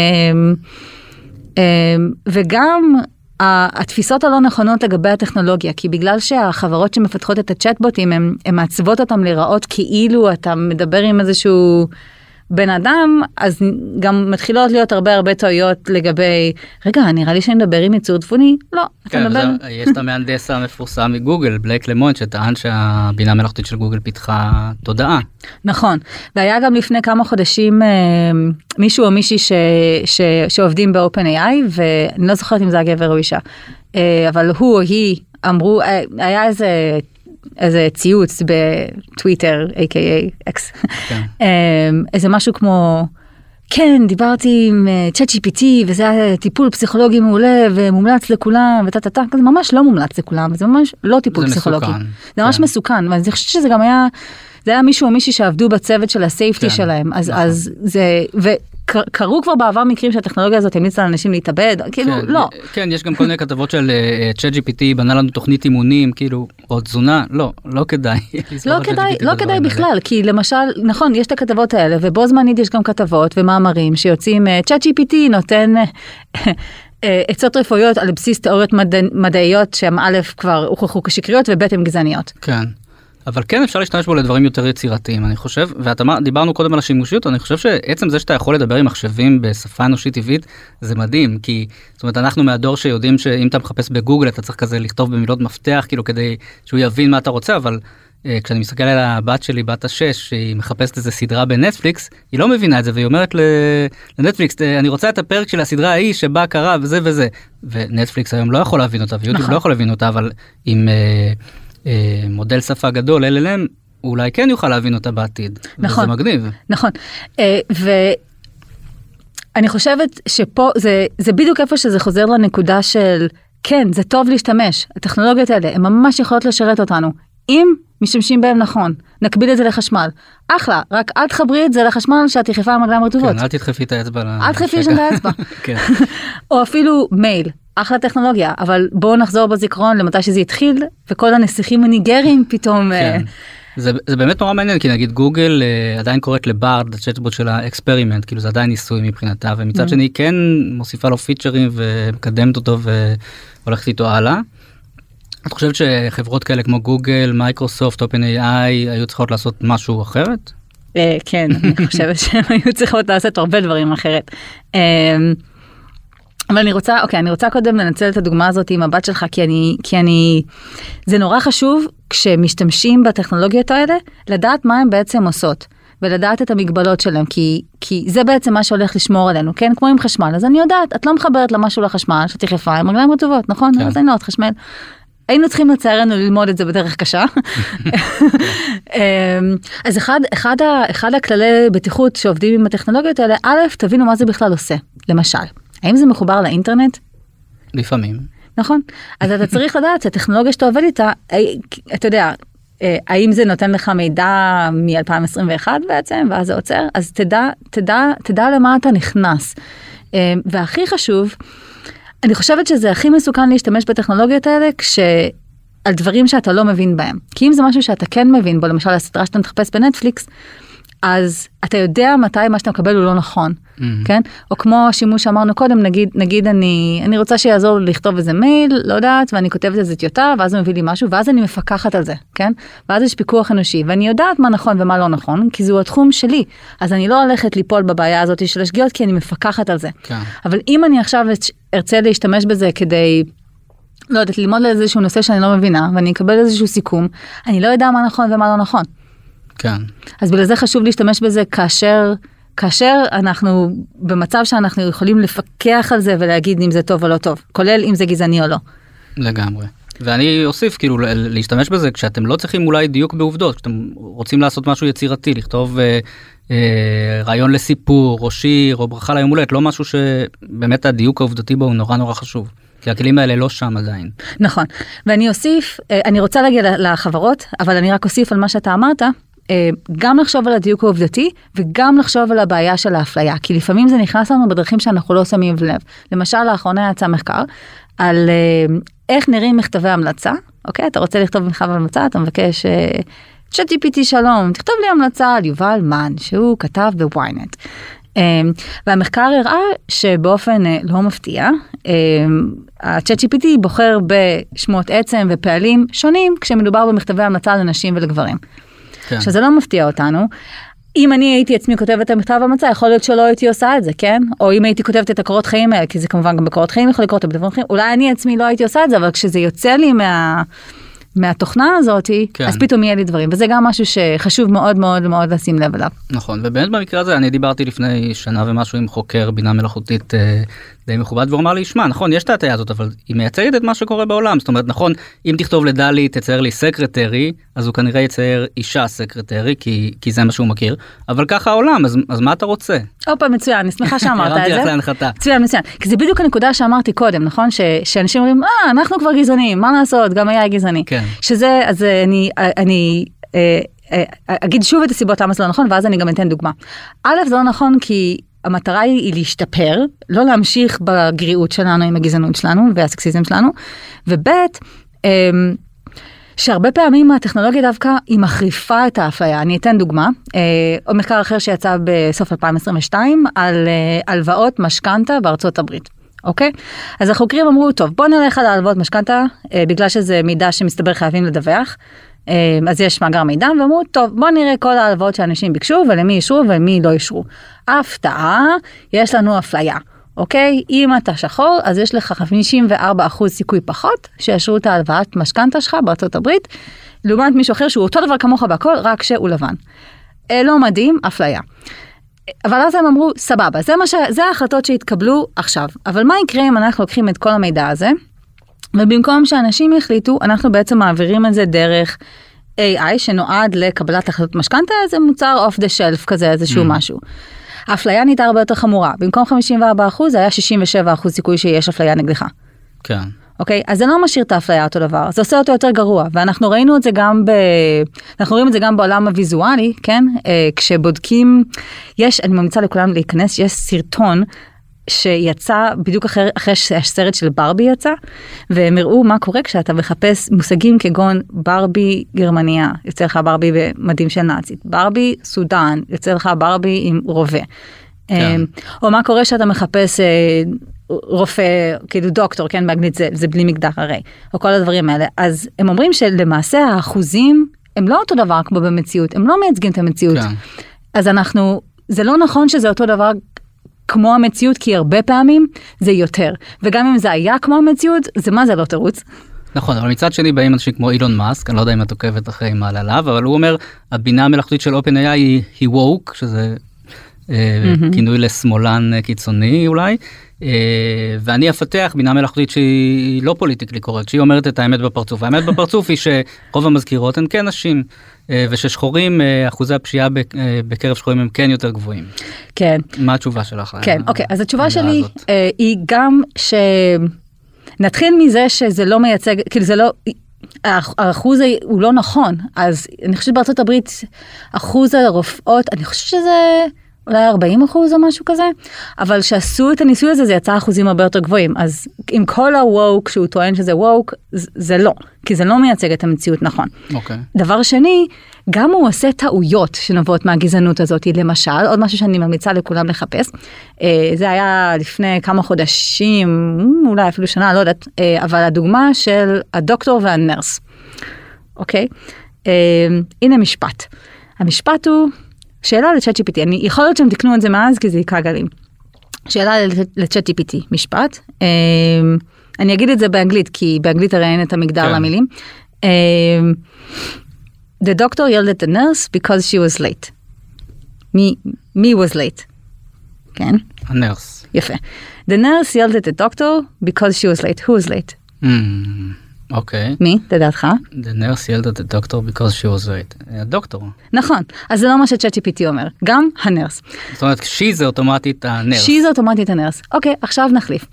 וגם, התפיסות הלא נכונות לגבי הטכנולוגיה, כי בגלל שהחברות שמפתחות את הצ'טבוטים, הן מעצבות אותם לראות כאילו אתה מדבר עם איזשהו בן אדם, אז גם מתחילות להיות הרבה הרבה טעויות לגבי, רגע, נראה לי שאני מדבר עם ייצור דפוני? לא, כן, אתה מדבר... זה, יש את המהנדס המפורסם מגוגל, בלייק למונט, שטען שהבינה המלאכותית של גוגל פיתחה תודעה. נכון, והיה גם לפני כמה חודשים מישהו או מישהי ש... ש... שעובדים ב-Open איי איי, ואני לא זוכרת אם זה הגבר או אישה, אבל הוא או היא אמרו, היה איזה... איזה ציוץ בטוויטר, איי קיי איי אקס, איזה משהו כמו, כן, דיברתי עם צ'אט ג'י פי טי, וזה היה טיפול פסיכולוגי מעולה, ומומלץ לכולם, וטטטה, זה ממש לא מומלץ לכולם, זה ממש לא טיפול פסיכולוגי. זה ממש מסוכן, ואני חושבת שזה גם היה, זה היה מישהו או מישהי שעבדו בצוות של הסייפטי שלהם, אז זה, קרו כבר בעבר מקרים שהטכנולוגיה הזאת המליצה לאנשים להתאבד, כאילו, לא. כן, יש גם כל מיני כתבות של צ'אט ג'י פי טי, בנה לנו תוכנית אימונים, כאילו, או תזונה, לא, לא כדאי. לא כדאי, לא כדאי בכלל, כי למשל, נכון, יש את הכתבות האלה, ובו זמנית יש גם כתבות ומאמרים שיוצאים, צ'אט ג'י פי טי נותן עצות רפואיות על בסיס תיאוריות מדעיות, שהן א' כבר הוכחו כשקריות, וב' הן גזעניות. כן. אבל כן אפשר להשתמש בו לדברים יותר יצירתיים, אני חושב, ודיברנו קודם על השימושיות, אני חושב שעצם זה שאתה יכול לדבר עם מחשבים בשפה אנושית טבעית, זה מדהים, כי, זאת אומרת, אנחנו מהדור שיודעים שאם אתה מחפש בגוגל, אתה צריך כזה לכתוב במילות מפתח, כאילו כדי שהוא יבין מה אתה רוצה, אבל אה, כשאני מסתכל על הבת שלי, בת השש, שהיא מחפשת איזו סדרה בנטפליקס, היא לא מבינה את זה, והיא אומרת לנטפליקס, אני רוצה את הפרק של הסדרה ההיא שבה קרה וזה וזה, ונטפליקס היום לא יכול להבין אותה, ויוטיוב לא יכול להבין אותה, אבל עם... אה, מודל שפה גדול, אל אל אם, אולי כן יוכל להבין אותה בעתיד. נכון. וזה מגניב. נכון. ואני חושבת שפה, זה, זה בדיוק איפה שזה חוזר לנקודה של, כן, זה טוב להשתמש. הטכנולוגיות האלה, הן ממש יכולות לשרת אותנו. אם משתמשים בהם נכון, נקביל את זה לחשמל. אחלה, רק אל תחברי את זה לחשמל שאת תחפה עם רגליים רטובות. כן, אל תדחפי את האצבע. אל תדחפי שם את האצבע. כן. או אפילו מייל. אחלה טכנולוגיה, אבל בואו נחזור בזיכרון למתי שזה התחיל, וכל הנסיכים הניגרים פתאום... כן. זה, זה באמת נורא מעניין, כי נגיד גוגל uh, עדיין קוראת לבארד, הצ'טבוט של האקספרימנט, כאילו זה עדיין ניסוי מבחינתה, ומצד mm. שני כן מוסיפה לו פיצ'רים ומקדמת אותו והולכת איתו הלאה. את חושבת שחברות כאלה כמו גוגל, מייקרוסופט, אופן איי איי, היו צריכות לעשות משהו אחרת? Uh, כן, אני חושבת שהן היו צריכות לעשות הרבה דברים אחרת. Uh, אבל אני רוצה, אוקיי, אני רוצה קודם לנצל את הדוגמה הזאת עם הבת שלך, כי אני, כי אני, זה נורא חשוב כשמשתמשים בטכנולוגיות האלה, לדעת מה הן בעצם עושות, ולדעת את המגבלות שלהם, כי, כי זה בעצם מה שהולך לשמור עלינו, כן? כמו עם חשמל, אז אני יודעת, את לא מחברת למשהו לחשמל, שתהיה חיפה, עם רגליים רטובות, נכון? כן. אז אני לא עוד חשמל. היינו צריכים לצערנו ללמוד את זה בדרך קשה. אז אחד, אחד, אחד הכללי בטיחות שעובדים עם הטכנולוגיות האלה, א', תבינו מה זה בכלל עושה, למשל. האם זה מחובר לאינטרנט? לפעמים. נכון. אז אתה צריך לדעת שהטכנולוגיה שאתה עובד איתה, אתה יודע, האם זה נותן לך מידע מ-אלפיים עשרים ואחת בעצם, ואז זה עוצר, אז תדע, תדע, תדע למה אתה נכנס. והכי חשוב, אני חושבת שזה הכי מסוכן להשתמש בטכנולוגיות האלה, כשעל דברים שאתה לא מבין בהם. כי אם זה משהו שאתה כן מבין בו, למשל הסדרה שאתה מחפש בנטפליקס, אז אתה יודע מתי מה שאתה מקבל הוא לא נכון, mm-hmm. כן? או כמו השימוש שאמרנו קודם, נגיד, נגיד אני, אני רוצה שיעזור לכתוב איזה מייל, לא יודעת, ואני כותבת איזה טיוטה, ואז הוא מביא לי משהו, ואז אני מפקחת על זה, כן? ואז יש פיקוח אנושי, ואני יודעת מה נכון ומה לא נכון, כי זהו התחום שלי, אז אני לא הולכת ליפול בבעיה הזאת של השגיאות, כי אני מפקחת על זה. כן. אבל אם אני עכשיו ארצה להשתמש בזה כדי, לא יודעת, ללמוד לאיזשהו נושא שאני לא מבינה, ואני אקבל איזשהו סיכום, אני לא יודע מה נכון ומה לא נכון. כן. אז בגלל זה חשוב להשתמש בזה כאשר, כאשר אנחנו במצב שאנחנו יכולים לפקח על זה ולהגיד אם זה טוב או לא טוב, כולל אם זה גזעני או לא. לגמרי. ואני אוסיף כאילו להשתמש בזה כשאתם לא צריכים אולי דיוק בעובדות, כשאתם רוצים לעשות משהו יצירתי, לכתוב אה, אה, רעיון לסיפור או שיר או ברכה ליום הולדת, לא משהו שבאמת הדיוק העובדתי בו הוא נורא נורא חשוב. כי הכלים האלה לא שם עדיין. נכון. ואני אוסיף, אני רוצה להגיע לחברות, אבל אני רק אוסיף על מה שאתה אמרת, גם לחשוב על הדיוק העובדתי, וגם לחשוב על הבעיה של האפליה, כי לפעמים זה נכנס לנו בדרכים שאנחנו לא שמים לב. למשל, לאחרונה יצא מחקר על איך נראים מכתבי המלצה, אוקיי? אתה רוצה לכתוב מכתב המלצה, אתה מבקש, צ'אט ג'י פי טי שלום, תכתוב לי המלצה על יובל מן, שהוא כתב בוויינט. והמחקר הראה שבאופן לא מפתיע, ה-צ'אט ג'י פי טי בוחר בשמות עצם ופעלים שונים, כשמדובר במכתבי המלצה לנשים ולגברים. כן. שזה לא מפתיע אותנו. אם אני הייתי עצמי כותבת את המכתב המלצה, יכול להיות שלא הייתי עושה את זה, כן? או אם הייתי כותבת את הקורות חיים האלה, כי זה כמובן גם בקורות חיים יכול לקרות, או בדברים חיים, אולי אני עצמי לא הייתי עושה את זה, אבל כשזה יוצא לי מה... מהתוכנה הזאת, כן. אז פתאום יהיה לי דברים, וזה גם משהו שחשוב מאוד מאוד מאוד לשים לב אליו. נכון, ובאמת במקרה הזה אני דיברתי לפני שנה ומשהו עם חוקר בינה מלאכותית אה, די מכובד, והוא אמר לי, שמע, נכון, יש את ההטיה הזאת, אבל היא מייצגת את מה שקורה בעולם, זאת אומרת, נכון, אם תכתוב לדלי, תצייר לי סקרטרי, אז הוא כנראה יצייר אישה סקרטרי, כי, כי זה מה שהוא מכיר, אבל ככה העולם, אז, אז מה אתה רוצה? אופה, מצוין, אני שמחה שאמרת את זה. הרמתי לך להנחתה. מצוין, מצוין, כי זה בדיוק הנקודה שאמרתי קודם, נכון? ש, שאנשים אומרים, אה, אנחנו כבר גזענים, מה לעשות? גם היה גזעני. כן. שזה, אז אני, אני, אגיד שוב את הסיבות למה זה לא נכון, ואז אני גם אתן דוגמה. א', זה לא נכון כי המטרה היא להשתפר, לא להמשיך בגריעות שלנו עם הגזענות שלנו והסקסיזם שלנו, וב', שהרבה פעמים הטכנולוגיה דווקא היא מחריפה את האפליה. אני אתן דוגמה, עוד מחקר אחר שיצא בסוף אלפיים עשרים ושתיים על הלוואות משכנתה בארצות הברית. אוקיי? אז החוקרים אמרו, טוב, בוא נלך על ההלוואות משכנתה, בגלל שזה מידע שמסתבר חייבים לדווח, אז יש מאגר מידע, ואמרו, טוב, בוא נראה כל ההלוואות שאנשים ביקשו, ולמי ישרו ולמי לא ישרו. הפתעה, יש לנו אפליה, אוקיי? אם אתה שחור, אז יש לך חמישים וארבעה אחוז סיכוי פחות, שישרו את ההלוואת משכנתה שלך בארצות הברית, לעומת מישהו אחר שהוא אותו דבר כמוך בהכל, רק שהוא לבן. לא מדהים, אפליה. אבל אז הם אמרו, סבבה, זה, מה ש... זה ההחלטות שהתקבלו עכשיו. אבל מה יקרה אם אנחנו לוקחים את כל המידע הזה, ובמקום שאנשים יחליטו, אנחנו בעצם מעבירים את זה דרך איי איי, שנועד לקבלת החלטות משכנתה, זה מוצר אוף דה שלף כזה, איזשהו mm. משהו. האפליה נהייתה הרבה יותר חמורה. במקום חמישים וארבעה אחוז, היה שישים ושבעה אחוז סיכוי שיש אפליה נגדך. כן. אוקיי? אז זה לא משאיר את האפליה אותו דבר, זה עושה אותו יותר גרוע, ואנחנו ראינו את זה גם ב... אנחנו רואים את זה גם בעולם הוויזואלי, כן? אה, כשבודקים, יש, אני ממליצה לכולם להיכנס, יש סרטון שיצא בדיוק אחרי, אחרי שהסרט של ברבי יצא, והם הראו מה קורה כשאתה מחפש מושגים כגון ברבי גרמניה, יוצא לך ברבי במדים של נאצית, ברבי סודן, יוצא לך ברבי עם רובה. כן. או מה קורה שאתה מחפש רופא, כאילו דוקטור, כן, באנגלית זה, זה בלי מגדר הרי, או כל הדברים האלה. אז הם אומרים שלמעשה האחוזים הם לא אותו דבר כמו במציאות, הם לא מייצגים את המציאות. כן. אז אנחנו, זה לא נכון שזה אותו דבר כמו המציאות, כי הרבה פעמים זה יותר. וגם אם זה היה כמו המציאות, זה מה זה לא תירוץ. נכון, אבל מצד שני באים אנשים כמו אילון מאסק, אני לא יודע אם את עוקבת אחרי מעלה עליו, אבל הוא אומר, הבינה המלאכותית של OpenAI היא, היא woke, שזה אה, כינוי לשמאלן קיצוני אולי, אה, ואני אפתח בינה מלאכותית שהיא לא פוליטיקלי קורקט, שהיא אומרת את האמת בפרצוף. האמת בפרצוף היא שרוב המזכירות הן כן נשים, אה, וששחורים, אה, אחוזי הפשיעה בקרב שחורים הם כן יותר גבוהים. כן. מה התשובה שלך? כן, אוקיי, אז התשובה שלי אה, היא גם ש... נתחיל מזה שזה לא מייצג, כאילו זה לא, האחוז הוא לא נכון, אז אני חושבת בארצות הברית, אחוז הרופאות, אני חושבת שזה אולי ארבעים אחוז או משהו כזה, אבל שעשו את הניסוי הזה, זה יצא אחוזים הרבה יותר גבוהים, אז עם כל הווק, שהוא טוען שזה ווק, זה לא, כי זה לא מייצג את המציאות נכון. אוקיי. דבר שני, גם הוא עושה טעויות שנובעות מהגזענות הזאת, למשל, עוד משהו שאני ממליצה לכולם לחפש, זה היה לפני כמה חודשים, אולי אפילו שנה, לא יודעת, אבל הדוגמה של הדוקטור והנרס, אוקיי? הנה משפט. המשפט הוא, שאלה לצ'אט ג'י פי טי, אני יכול להיות שהם תקנו את זה מאז, כי זה יקרה גלים. שאלה לצ'אט ג'י פי טי, משפט. אני אגיד את זה באנגלית, כי באנגלית הרי אין את המגדר למילים. The doctor yelled at the nurse because she was late. Me, me was late. כן? הנרס. יפה. The nurse yelled at the doctor because she was late. Who was late? אוקיי. מי? לדעתך? The nurse yelled at the doctor because she was late. הדוקטור. נכון. אז זה לא מה ש-צ'אט ג'י פי טי אומר. גם הנרס. זאת אומרת, she זה אוטומטית הנרס. she זה אוטומטית הנרס. אוקיי, עכשיו נחליף.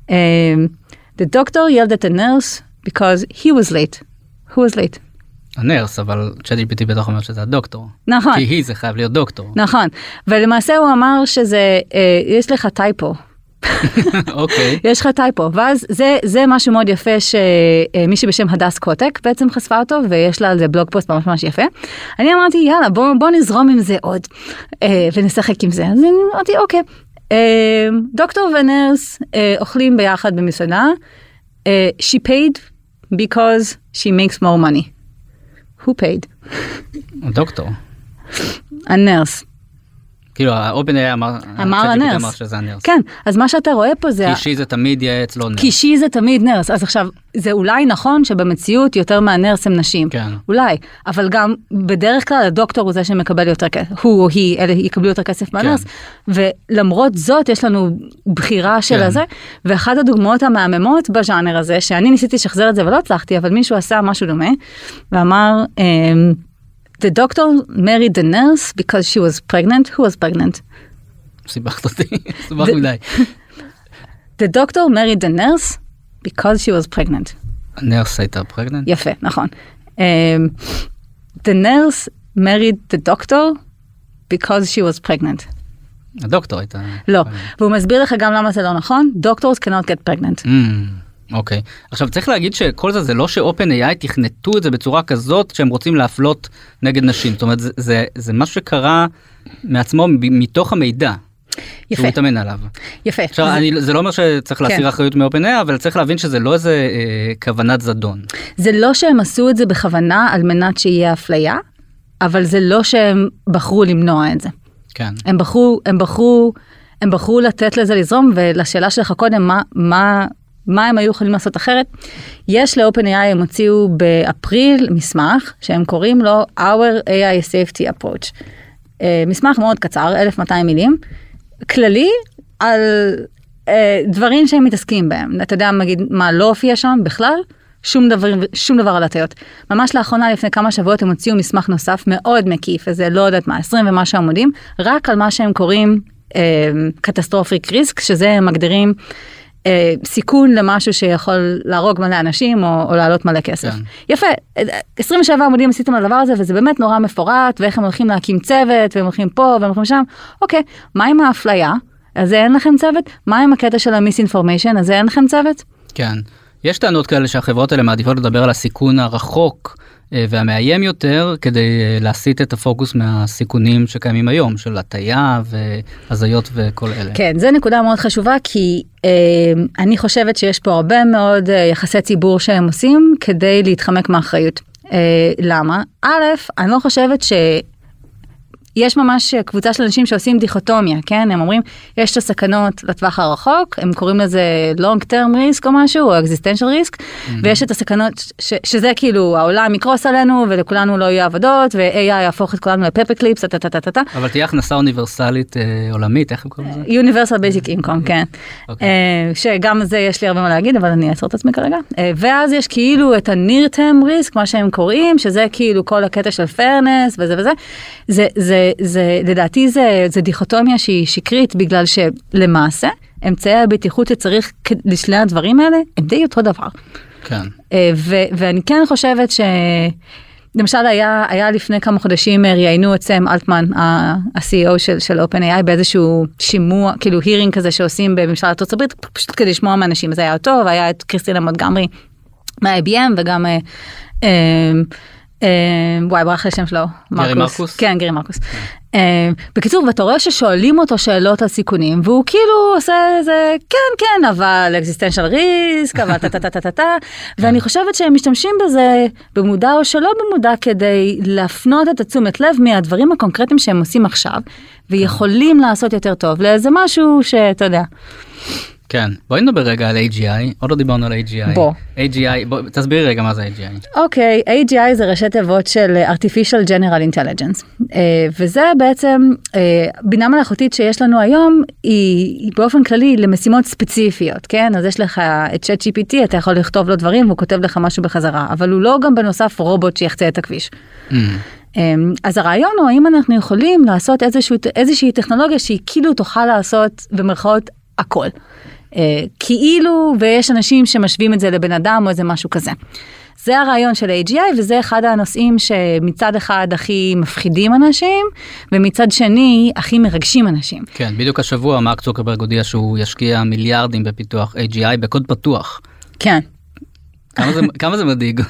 The doctor yelled at the nurse because he was late. Who was late? הנרס, אבל צ'אט ג'י פי טי בטח אומר שזה הדוקטור. נכון. כי היא זה חייב להיות דוקטור. נכון. ולמעשה הוא אמר שזה, אה, יש לך טייפו. אוקיי. יש לך טייפו. ואז זה, זה משהו מאוד יפה שמישהי בשם הדס קוטק בעצם חשפה אותו, ויש לה על זה בלוג פוסט ממש ממש יפה. אני אמרתי, יאללה, בוא, בוא נזרום עם זה עוד, אה, ונשחק עם זה. אז אני אמרתי, אוקיי. אה, דוקטור ונרס אה, אוכלים ביחד במסעדה. אה, she paid because she makes more money. Who paid? הדוקטור. הנרס. כאילו, ה-OpenAI אמר, אמר הנרס. אמר שזה הנרס. כן, אז מה שאתה רואה פה זה... כי she זה תמיד יהיה אצלו נרס. כי she זה תמיד נרס. אז עכשיו, זה אולי נכון שבמציאות יותר מהנרס הם נשים. כן. אולי. אבל גם בדרך כלל הדוקטור הוא זה שמקבל יותר כסף. הוא או היא, אלה יקבלו יותר כסף מהנרס. ולמרות זאת, יש לנו בחירה של הזה. ואחת הדוגמאות המהממות בז'אנר הזה, שאני ניסיתי לשחזר את זה ולא הצלחתי, אבל מישהו עשה משהו דומה, ואמר... The doctor married the nurse because she was pregnant. Who was pregnant? סיבכת אותי, סיבך מדי. The doctor married the nurse because she was pregnant. הנרס הייתה pregnant? יפה, נכון. Um, the nurse married the doctor because she was pregnant. הדוקטור הייתה... לא, והוא מסביר לך גם למה זה לא נכון. Doctors cannot get pregnant. אוקיי. עכשיו צריך להגיד שכל זה, זה לא ש-OpenAI תכנתו את זה בצורה כזאת שהם רוצים להפלות נגד נשים. זאת אומרת, זה, זה, זה משהו שקרה מעצמו מתוך המידע. יפה. שהוא מתאמן עליו. יפה. עכשיו, זה... אני, זה לא אומר שצריך להסיר כן. אחריות מ-OpenAI, אבל צריך להבין שזה לא איזה אה, כוונת זדון. זה לא שהם עשו את זה בכוונה על מנת שיהיה אפליה, אבל זה לא שהם בחרו למנוע את זה. כן. הם בחרו, הם בחרו, הם בחרו לתת לזה לזרום, ולשאלה שלך קודם, מה, מה, מה הם היו יכולים לעשות אחרת? יש ל-OpenAI, הם הוציאו באפריל מסמך, שהם קוראים לו Our איי איי Safety Approach. Uh, מסמך מאוד קצר, אלף מאתיים מילים, כללי על uh, דברים שהם מתעסקים בהם. אתה יודע, מגיד, מה לא הופיע שם בכלל? שום דבר, שום דבר על הטיות. ממש לאחרונה, לפני כמה שבועות, הם הוציאו מסמך נוסף מאוד מקיף, איזה לא יודעת מה, עשרים ומשהו עמודים, רק על מה שהם קוראים קטסטרופיק ריסק, שזה הם מגדירים אה, סיכון למשהו שיכול להרוג מלא אנשים או, או לעלות מלא כסף. כן. יפה, עשרים ושבע עמודים עשיתם על הדבר הזה, וזה באמת נורא מפורט, ואיך הם הולכים להקים צוות, והם הולכים פה והם הולכים שם. אוקיי, מה עם האפליה? אז אין לכם צוות? מה עם הקטע של המיס-אינפורמיישן? אז אין לכם צוות? כן. יש טענות כאלה שהחברות האלה מעדיפות לדבר על הסיכון הרחוק והמאיים יותר, כדי להסיט את הפוקוס מהסיכונים שקיימים היום, של הטיה והזיות וכל אלה. כן, זו נקודה מאוד חשובה, כי אה, אני חושבת שיש פה הרבה מאוד אה, יחסי ציבור שהם עושים, כדי להתחמק מאחריות. אה, למה? א', אני לא חושבת ש... יש ממש קבוצה של אנשים שעושים דיכוטומיה, כן? הם אומרים, יש את הסכנות לטווח הרחוק, הם קוראים לזה long term risk או משהו, או existential risk, mm-hmm. ויש את הסכנות, ש, שזה כאילו, העולם יקרוס עלינו, ולכולנו לא יהיו עבודות, ו-איי איי יהפוך את כולנו לפפר קליפס, טה-טה-טה-טה. אבל תהיה הכנסה אוניברסלית אה, עולמית, איך הם קוראים לזה? Universal Basic Income, כן. Okay. אה, שגם זה יש לי הרבה מה להגיד, אבל אני אעצור את עצמי כרגע. אה, ואז יש כאילו את ה-near term risk, מה שהם קוראים, שזה כאילו כל הקטע של fairness וזה וזה. זה, זה, זה, לדעתי זה, זה דיכוטומיה שהיא שקרית, בגלל שלמעשה, אמצעי הבטיחות שצריך לשני הדברים האלה, הם די אותו דבר. כן. ו- ואני כן חושבת ש... למשל היה, היה לפני כמה חודשים ראיינו את סם אלטמן, ה-סי אי או של, של OpenAI, באיזשהו שימוע, כאילו הירינג כזה שעושים בממשל ארצות הברית, פשוט כדי לשמוע מאנשים, זה היה אותו, והיה את קריסטינה מונטגומרי מה-איי בי אם, וגם... וואי, ברח לשם שלו, גרי מרקוס? כן, גרי מרקוס. בקיצור, ואתה רואה ששואלים אותו שאלות על סיכונים, והוא כאילו עושה איזה, כן, כן, אבל existential risk, אבל טה-טה-טה-טה-טה, ואני חושבת שהם משתמשים בזה במודע או שלא במודע, כדי להפנות את התשומת לב מהדברים הקונקרטיים שהם עושים עכשיו, ויכולים לעשות יותר טוב, לאיזה משהו שאתה יודע. כן, בואי נדבר רגע על איי ג'י איי, עוד לא דיברנו על איי ג'י איי. בוא. איי ג'י איי, בוא, תסבירי רגע מה זה איי ג'י איי. אוקיי, איי ג'י איי זה ראשי תיבות של artificial general intelligence, uh, וזה בעצם uh, בינה מלאכותית שיש לנו היום, היא, היא באופן כללי למשימות ספציפיות, כן? אז יש לך את צ'אט ג'י פי טי, אתה יכול לכתוב לו דברים, והוא כותב לך משהו בחזרה, אבל הוא לא גם בנוסף רובוט שיחצה את הכביש. Mm. Um, אז הרעיון הוא, האם אנחנו יכולים לעשות איזשהו, איזושהי טכנולוגיה שהיא כאילו תוכל לעשות במרכאות הכל. Uh, כאילו, ויש אנשים שמשווים את זה לבן אדם או איזה משהו כזה. זה הרעיון של איי ג'י איי, וזה אחד הנושאים שמצד אחד הכי מפחידים אנשים, ומצד שני הכי מרגשים אנשים. כן, בדיוק השבוע מרק צוקרברג הודיע שהוא ישקיע מיליארדים בפיתוח איי ג'י איי בקוד פתוח. כן. כמה זה, כמה זה מדאיג?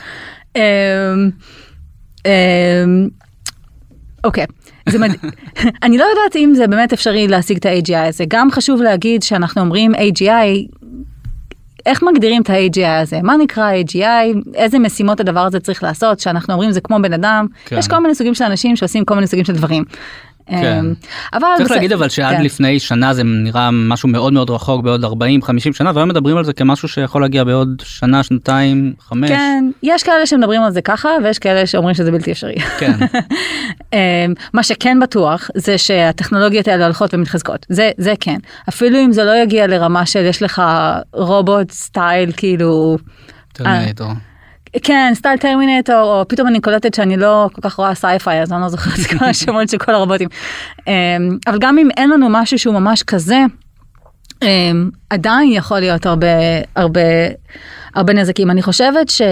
אוקיי. זה מד... אני לא יודעת אם זה באמת אפשרי להשיג את ה-איי ג'י איי הזה. גם חשוב להגיד שאנחנו אומרים איי ג'י איי, איך מגדירים את ה-איי ג'י איי הזה? מה נקרא איי ג'י איי? איזה משימות הדבר הזה צריך לעשות? שאנחנו אומרים זה כמו בן אדם. כן. יש כל מיני סוגים של אנשים שעושים כל מיני סוגים של דברים. כן. אבל צריך להגיד אבל שעד כן. לפני שנה זה נראה משהו מאוד מאוד רחוק, בעוד ארבעים חמישים שנה, והיום מדברים על זה כמשהו שיכול להגיע בעוד שנה, שנתיים, חמש. כן, יש כאלה שמדברים על זה ככה, ויש כאלה שאומרים שזה בלתי אפשרי. כן. מה שכן בטוח, זה שהטכנולוגיות האלה הולכות ומתחזקות. זה, זה כן. אפילו אם זה לא יגיע לרמה של יש לך רובוט סטייל, כאילו... טרמינטור. כן, סטייל טרמינטור, או פתאום אני קולטת שאני לא כל כך רואה סייפיי, אז אני לא זוכרת את כל השמות של כל הרובוטים. אבל גם אם אין לנו משהו שהוא ממש כזה, עדיין יכול להיות הרבה, הרבה, הרבה נזקים. אני חושבת ש...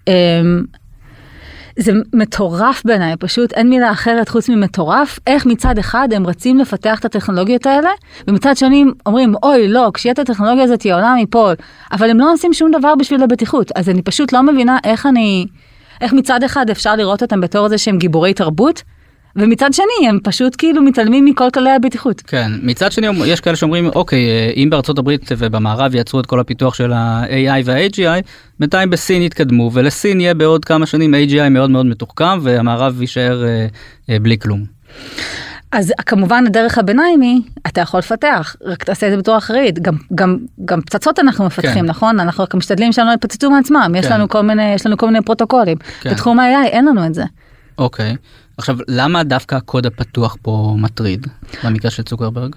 זה מטורף בעיניי, פשוט אין מילה אחרת חוץ ממטורף, איך מצד אחד הם רצים לפתח את הטכנולוגיות האלה, ומצד שני אומרים, אוי לא, כשיהיה את הטכנולוגיה הזאת העולם ייפול, אבל הם לא עושים שום דבר בשביל הבטיחות, אז אני פשוט לא מבינה איך אני, איך מצד אחד אפשר לראות אותם בתור זה שהם גיבורי תרבות, ומצד שני הם פשוט כאילו מתעלמים מכל כללי הבטיחות. כן, מצד שני יש כאלה שאומרים, אוקיי, אם בארצות הברית ובמערב יצרו את כל הפיתוח של ה-איי איי וה-איי ג'י איי, בינתיים בסין יתקדמו, ולסין יהיה בעוד כמה שנים איי ג'י איי מאוד מאוד מתוחכם, והמערב יישאר אה, אה, בלי כלום. אז כמובן הדרך הביניים היא, אתה יכול לפתח, רק תעשה את זה בתור אחראית, גם, גם, גם פצצות אנחנו מפתחים, כן. נכון? אנחנו רק משתדלים שלנו יתפוצצו מעצמם, כן. יש לנו כל מיני, יש לנו כל מיני פרוטוקולים. כן. בתחום ה-איי איי אין לנו את זה. אוקיי. עכשיו, למה דווקא הקוד הפתוח פה מטריד, במקרה של צוקרברג?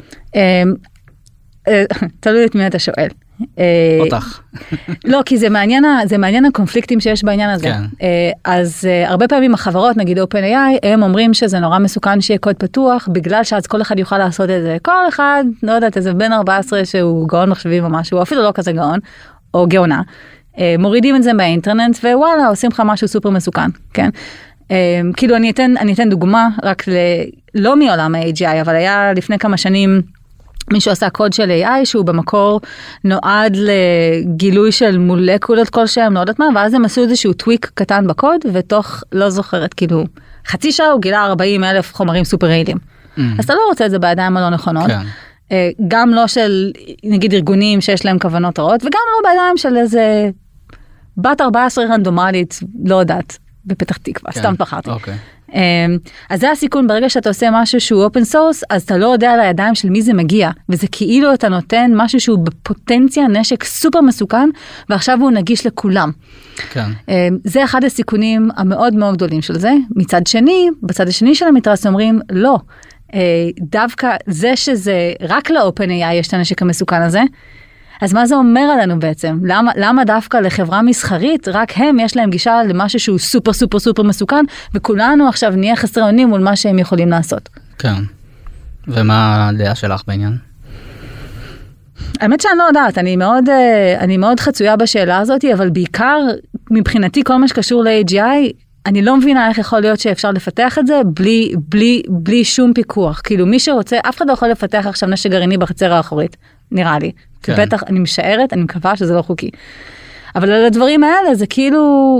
תלוי את מי אתה שואל. אותך. לא, כי זה מעניין, זה מעניין הקונפליקטים שיש בעניין הזה. אז הרבה פעמים החברות, נגיד OpenAI, הם אומרים שזה נורא מסוכן שיהיה קוד פתוח, בגלל שאז כל אחד יוכל לעשות את זה. כל אחד, לא יודעת, איזה בן ארבע עשרה שהוא גאון מחשבים או משהו, או אפילו לא כזה גאון, או גאונה. מורידים את זה באינטרנט, ווואלה, עושים לך משהו סופר מסוכן, כן? כאילו אני אתן, אני אתן דוגמה, רק ל, לא מעולם ה-איי ג'י איי, אבל היה לפני כמה שנים מישהו עשה קוד של איי איי שהוא במקור נועד לגילוי של מולקולות כלשהם, לא יודעת מה, ואז הם עשו איזשהו טוויק קטן בקוד, ותוך, לא זוכרת, כאילו, חצי שעה הוא גילה ארבעים אלף חומרים סופר רעילים. Mm-hmm. אז אתה לא רוצה את זה בידיים הלא נכונות. כן. גם לא של, נגיד, ארגונים שיש להם כוונות רעות, וגם לא בידיים של איזה בת ארבע עשרה רנדומלית, לא יודעת. בפתח תקווה, סתם פחדתי. אז זה הסיכון, ברגע שאתה עושה משהו שהוא אופן סורס, אז אתה לא יודע על הידיים של מי זה מגיע, וזה כאילו אתה נותן משהו שהוא בפוטנציה נשק סופר מסוכן, ועכשיו הוא נגיש לכולם. כן. זה אחד הסיכונים המאוד מאוד גדולים של זה. מצד שני, בצד השני של המתרס אומרים, לא, דווקא זה שזה רק ל-OpenAI יש את הנשק המסוכן הזה, אז מה זה אומר עלינו בעצם? למה, למה דווקא לחברה מסחרית, רק הם יש להם גישה למשהו שהוא סופר סופר סופר מסוכן, וכולנו עכשיו נהיה חסרי אונים מול מה שהם יכולים לעשות. כן. ומה הדעה שלך בעניין? האמת שאני לא יודעת, אני מאוד, אני מאוד חצויה בשאלה הזאת, אבל בעיקר מבחינתי כל מה שקשור ל-איי ג'י איי, אני לא מבינה איך יכול להיות שאפשר לפתח את זה בלי, בלי, בלי שום פיקוח. כאילו מי שרוצה, אף אחד לא יכול לפתח עכשיו נשק גרעיני בחצר האחורית, נראה לי. כן. בטח, אני משערת, אני מקווה שזה לא חוקי. אבל על הדברים האלה זה כאילו,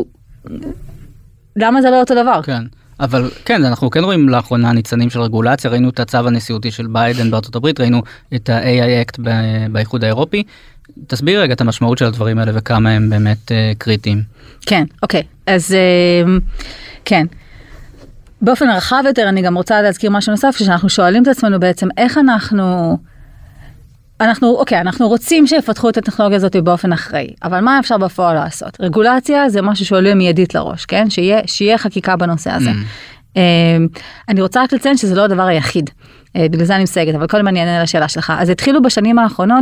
למה זה לא אותו דבר? כן, אבל כן, אנחנו כן רואים לאחרונה ניצנים של רגולציה, ראינו את הצו הנשיאותי של ביידן בארצות הברית, ראינו את ה-איי איי Act באיחוד האירופי. תסביר רגע את המשמעות של הדברים האלה וכמה הם באמת uh, קריטיים. כן, אוקיי. אז uh, כן. באופן רחב יותר, אני גם רוצה להזכיר משהו נוסף, שאנחנו שואלים את עצמנו בעצם, איך אנחנו, אנחנו, אוקיי, אנחנו רוצים שיפתחו את הטכנולוגיה הזאת באופן אחראי, אבל מה אפשר בפועל לעשות? רגולציה זה משהו שעולה מיידית לראש, כן? שיהיה, שיהיה חקיקה בנושא הזה. Mm. Uh, אני רוצה רק לציין שזה לא הדבר היחיד, uh, בגלל זה אני מסייגת, אבל קודם אני אענה לשאלה שלך. אז התחילו בשנים האחרונות,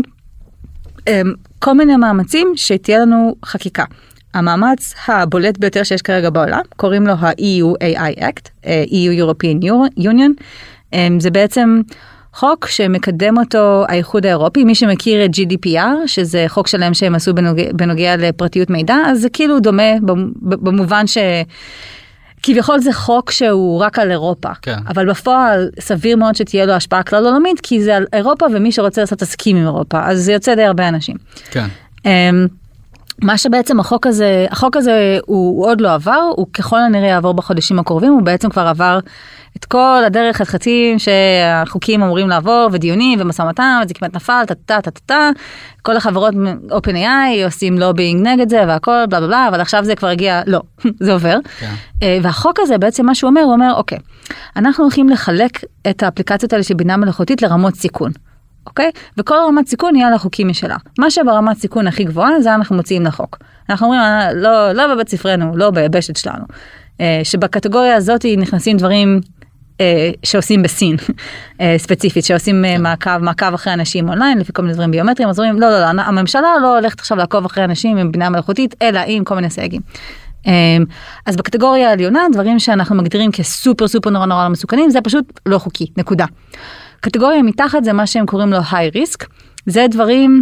כל מיני מאמצים שתהיה לנו חקיקה. המאמץ הבולט ביותר שיש כרגע בעולם, קוראים לו ה-E U A I Act, E U European Union. זה בעצם חוק שמקדם אותו האיחוד האירופי. מי שמכיר את G D P R, שזה חוק שלהם שהם עשו בנוגע, בנוגע לפרטיות מידע, אז זה כאילו דומה במובן ש... כביכול זה חוק שהוא רק על אירופה, כן. אבל בפועל סביר מאוד שתהיה לו השפעה כלל עולמית, כי זה על אירופה ומי שרוצה לעשות עסקים עם אירופה, אז זה יוצא די הרבה אנשים. כן. מה שבעצם החוק הזה, החוק הזה הוא, הוא עוד לא עבר, הוא ככל הנראה יעבור בחודשים הקרובים, הוא בעצם כבר עבר את כל הדרך חתחתים שהחוקים אמורים לעבור, ודיונים ומשא ומתן, וזה כמעט נפל, טה טה טה טה, כל החברות OpenAI עושים לובינג נגד זה והכל, בלה בלה בלה, אבל עכשיו זה כבר הגיע, לא, זה עובר. והחוק הזה בעצם מה שהוא אומר, הוא אומר, אוקיי, אנחנו הולכים לחלק את האפליקציות האלה של בינה מלאכותית לרמות סיכון. אוקיי? וכל רמת סיכון יהיה לה חוקים משלה. מה שברמת סיכון הכי גבוהה, זה אנחנו מוציאים לחוק. אנחנו אומרים, לא, לא בבית ספרנו, לא ביבשת שלנו. שבקטגוריה הזאת נכנסים דברים שעושים בסין, ספציפית, שעושים מעקב, מעקב אחרי אנשים אונליין, לפי כל מיני דברים ביומטריים, אז אומרים, לא, לא, לא, הממשלה לא הולכת עכשיו לעקוב אחרי אנשים עם בינה מלאכותית, אלא עם כל מיני סייגים. אז בקטגוריה העליונה, דברים שאנחנו מגדירים כסופר סופר נורא נורא מסוכנים, זה פשוט לא חוקי, נקודה. קטגוריה מתחת זה מה שהם קוראים לו high risk, זה דברים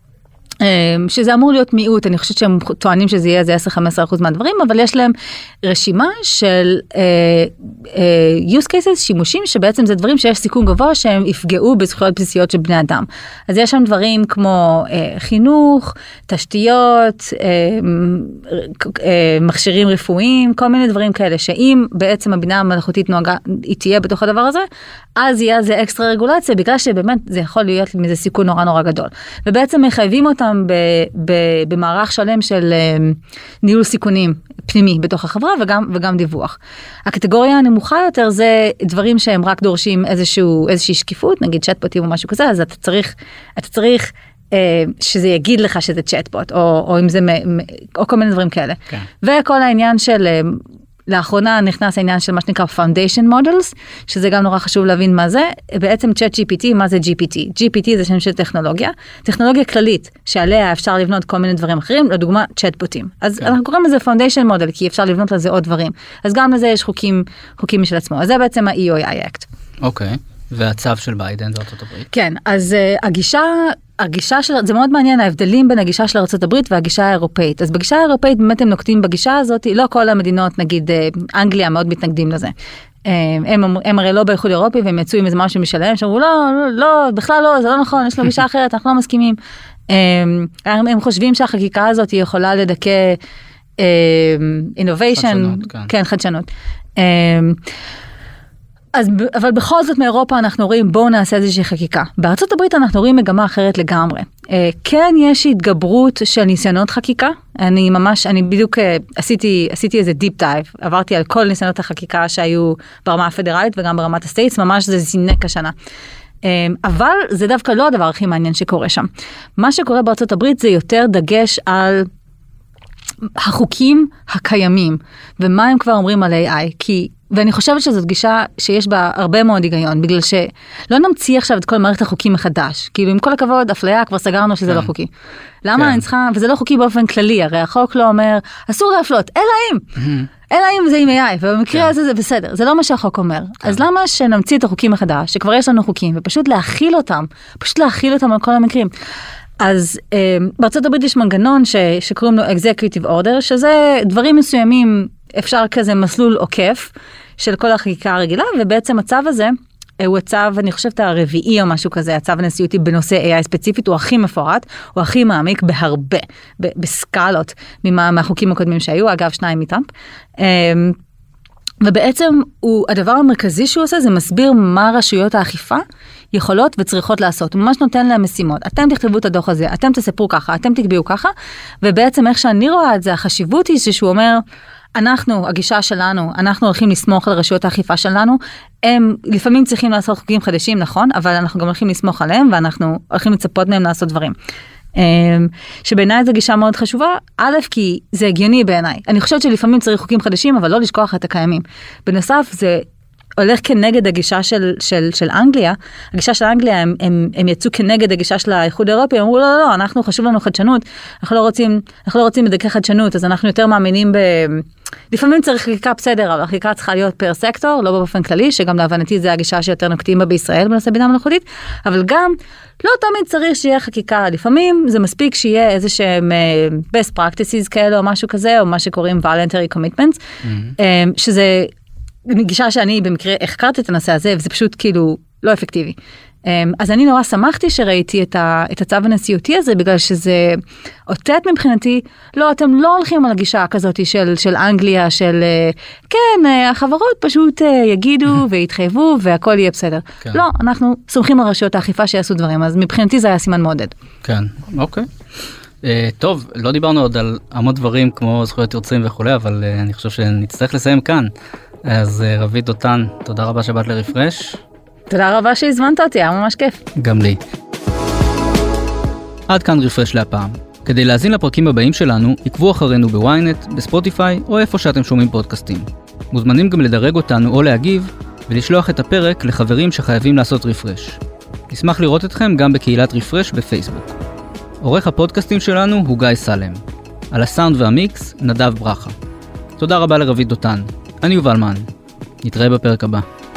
שזה אמור להיות מיעוט, אני חושבת שהם טוענים שזה יהיה איזה עשר עד חמש עשרה אחוז מהדברים, אבל יש להם רשימה של uh, uh, use cases, שימושים, שבעצם זה דברים שיש סיכון גבוה שהם יפגעו בזכויות בסיסיות של בני אדם. אז יש שם דברים כמו uh, חינוך, תשתיות, uh, uh, uh, מכשירים רפואיים, כל מיני דברים כאלה, שאם בעצם הבינה המלאכותית נוהגה, היא תהיה בתוך הדבר הזה, אז יהיה זה אקסטרה רגולציה, בגלל שבאמת זה יכול להיות מזה סיכון נורא נורא גדול. ובעצם מחייבים אותם ב, ב, במערך שלם של uh, ניהול סיכונים פנימי בתוך החברה וגם, וגם דיווח. הקטגוריה הנמוכה יותר זה דברים שהם רק דורשים איזשהו, איזושהי שקיפות, נגיד צ'אטבוטים או משהו כזה, אז אתה צריך, אתה צריך uh, שזה יגיד לך שזה צ'אטבוט, או, או אם זה, או כל מיני דברים כאלה. Okay. וכל העניין של... Uh, לאחרונה נכנס העניין של מה שנקרא Foundation Models, שזה גם נורא חשוב להבין מה זה, בעצם ChatGPT, מה זה G P T? G P T זה שם של טכנולוגיה, טכנולוגיה כללית, שעליה אפשר לבנות כל מיני דברים אחרים, לדוגמה צ'אטבוטים. אז כן. אנחנו קוראים לזה Foundation Model, כי אפשר לבנות לזה עוד דברים. אז גם לזה יש חוקים, חוקים משל עצמו. אז זה בעצם ה-E U A I Act. אוקיי. והצו של ביידן בארצות הברית. כן, אז uh, הגישה, הגישה של, זה מאוד מעניין, ההבדלים בין הגישה של ארצות הברית והגישה האירופאית. אז בגישה האירופאית באמת הם נוקטים בגישה הזאת, לא כל המדינות, נגיד אנגליה, מאוד מתנגדים לזה. הם, הם הרי לא באיחוד אירופי, והם יצאו עם איזה משהו משלהם, שאמרו, לא, לא, לא, בכלל לא, זה לא נכון, יש לו גישה אחרת, אנחנו לא מסכימים. הם, הם חושבים שהחקיקה הזאת היא יכולה לדכא innovation, חדשנות, כן. כן, חדשנות. אז, אבל בכל זאת מאירופה אנחנו רואים בואו נעשה איזושהי חקיקה. בארצות הברית אנחנו רואים מגמה אחרת לגמרי. כן יש התגברות של ניסיונות חקיקה. אני ממש, אני בדיוק עשיתי, עשיתי איזה דיפ דייב. עברתי על כל ניסיונות החקיקה שהיו ברמה הפדרלית וגם ברמת הסטייטס. ממש זה זינק השנה. אבל זה דווקא לא הדבר הכי מעניין שקורה שם. מה שקורה בארצות הברית זה יותר דגש על החוקים הקיימים, ומה הם כבר אומרים על איי איי, כי, ואני חושבת שזאת גישה שיש בה הרבה מאוד היגיון, בגלל שלא נמציא עכשיו את כל מערכת החוקים מחדש, כאילו עם כל הכבוד, אפליה כבר סגרנו שזה כן. לא חוקי. למה כן. אני צריכה, וזה לא חוקי באופן כללי, הרי החוק לא אומר, אסור להפלות, אלא אם, mm-hmm. אלא אם זה עם איי איי, ובמקרה כן. הזה זה בסדר, זה לא מה שהחוק אומר. כן. אז למה שנמציא את החוקים מחדש, שכבר יש לנו חוקים, ופשוט להכיל אותם, פשוט להכיל אותם על כל המקרים. אז אה, בארצות הברית יש מנגנון ש, שקוראים לו Executive Order, שזה דברים מסוימים, אפשר כזה מסלול עוקף של כל החקיקה הרגילה, ובעצם הצו הזה, הוא הצו, אני חושבת הרביעי או משהו כזה, הצו הנשיאותי בנושא איי איי ספציפית, הוא הכי מפורט, הוא הכי מעמיק בהרבה, ב, בסקלות, ממה, מהחוקים הקודמים שהיו, אגב שניים מטראמפ. אה, ובעצם הוא, הדבר המרכזי שהוא עושה, זה מסביר מה רשויות האכיפה יכולות וצריכות לעשות. הוא ממש נותן להם משימות. אתם תכתבו את הדוח הזה, אתם תספרו ככה, אתם תקביעו ככה, ובעצם איך שאני רואה את זה, החשיבות היא שהוא אומר, אנחנו, הגישה שלנו, אנחנו הולכים לסמוך על רשויות האכיפה שלנו, הם לפעמים צריכים לעשות חוקים חדשים, נכון, אבל אנחנו גם הולכים לסמוך עליהם, ואנחנו הולכים לצפות מהם לעשות דברים. שבעיניי זו גישה מאוד חשובה, א', כי זה הגיוני בעיניי. אני חושבת שלפעמים צריך חוקים חדשים, אבל לא לשכוח את הקיימים. בנוסף, זה הולך כנגד הגישה של, של, של אנגליה. הגישה של אנגליה, הם, הם, הם יצאו כנגד הגישה של האיחוד האירופי, הם אמרו, לא, לא, לא, אנחנו חשוב לנו חדשנות, אנחנו לא רוצים, אנחנו לא רוצים בדקי חדשנות, אז אנחנו יותר מאמינים ב... לפעמים צריך חקיקה בסדר, אבל החקיקה צריכה להיות פר סקטור, לא באופן כללי, שגם להבנתי זה הגישה שיותר נוקטים בה בישראל בנושא בינה מלאכותית, אבל גם לא תמיד צריך שיהיה חקיקה, לפעמים זה מספיק שיהיה איזה שהם best practices כאלה או משהו כזה, או מה שקוראים voluntary commitments, mm-hmm. שזה גישה שאני במקרה החקרתי את הנושא הזה, וזה פשוט כאילו לא אפקטיבי. אז אני נורא שמחתי שראיתי את, ה, את הצו הנשיאותי הזה, בגלל שזה אותת מבחינתי, לא, אתם לא הולכים על הגישה כזאת של, של אנגליה, של כן, החברות פשוט יגידו ויתחייבו והכל יהיה בסדר. כן. לא, אנחנו סומכים על רשויות האכיפה שיעשו דברים, אז מבחינתי זה היה סימן מעודד. כן, אוקיי. Uh, טוב, לא דיברנו עוד על המון דברים כמו זכויות יוצרים וכולי, אבל uh, אני חושב שנצטרך לסיים כאן. אז uh, רבית דותן, תודה רבה שבאת לרפרש. תודה רבה שהזמנת אותי, היה ממש כיף. גם לי. עד כאן רפרש להפעם. כדי להזין לפרקים הבאים שלנו, עקבו אחרינו בוויינט, בספוטיפיי או איפה שאתם שומעים פודקאסטים. מוזמנים גם לדרג אותנו או להגיב ולשלוח את הפרק לחברים שחייבים לעשות רפרש. נשמח לראות אתכם גם בקהילת רפרש בפייסבוק. עורך הפודקאסטים שלנו הוא גיא סלם. על הסאונד והמיקס, נדב ברכה. תודה רבה לרבית דותן. אני יובל מן. נתראה בפרק הבא.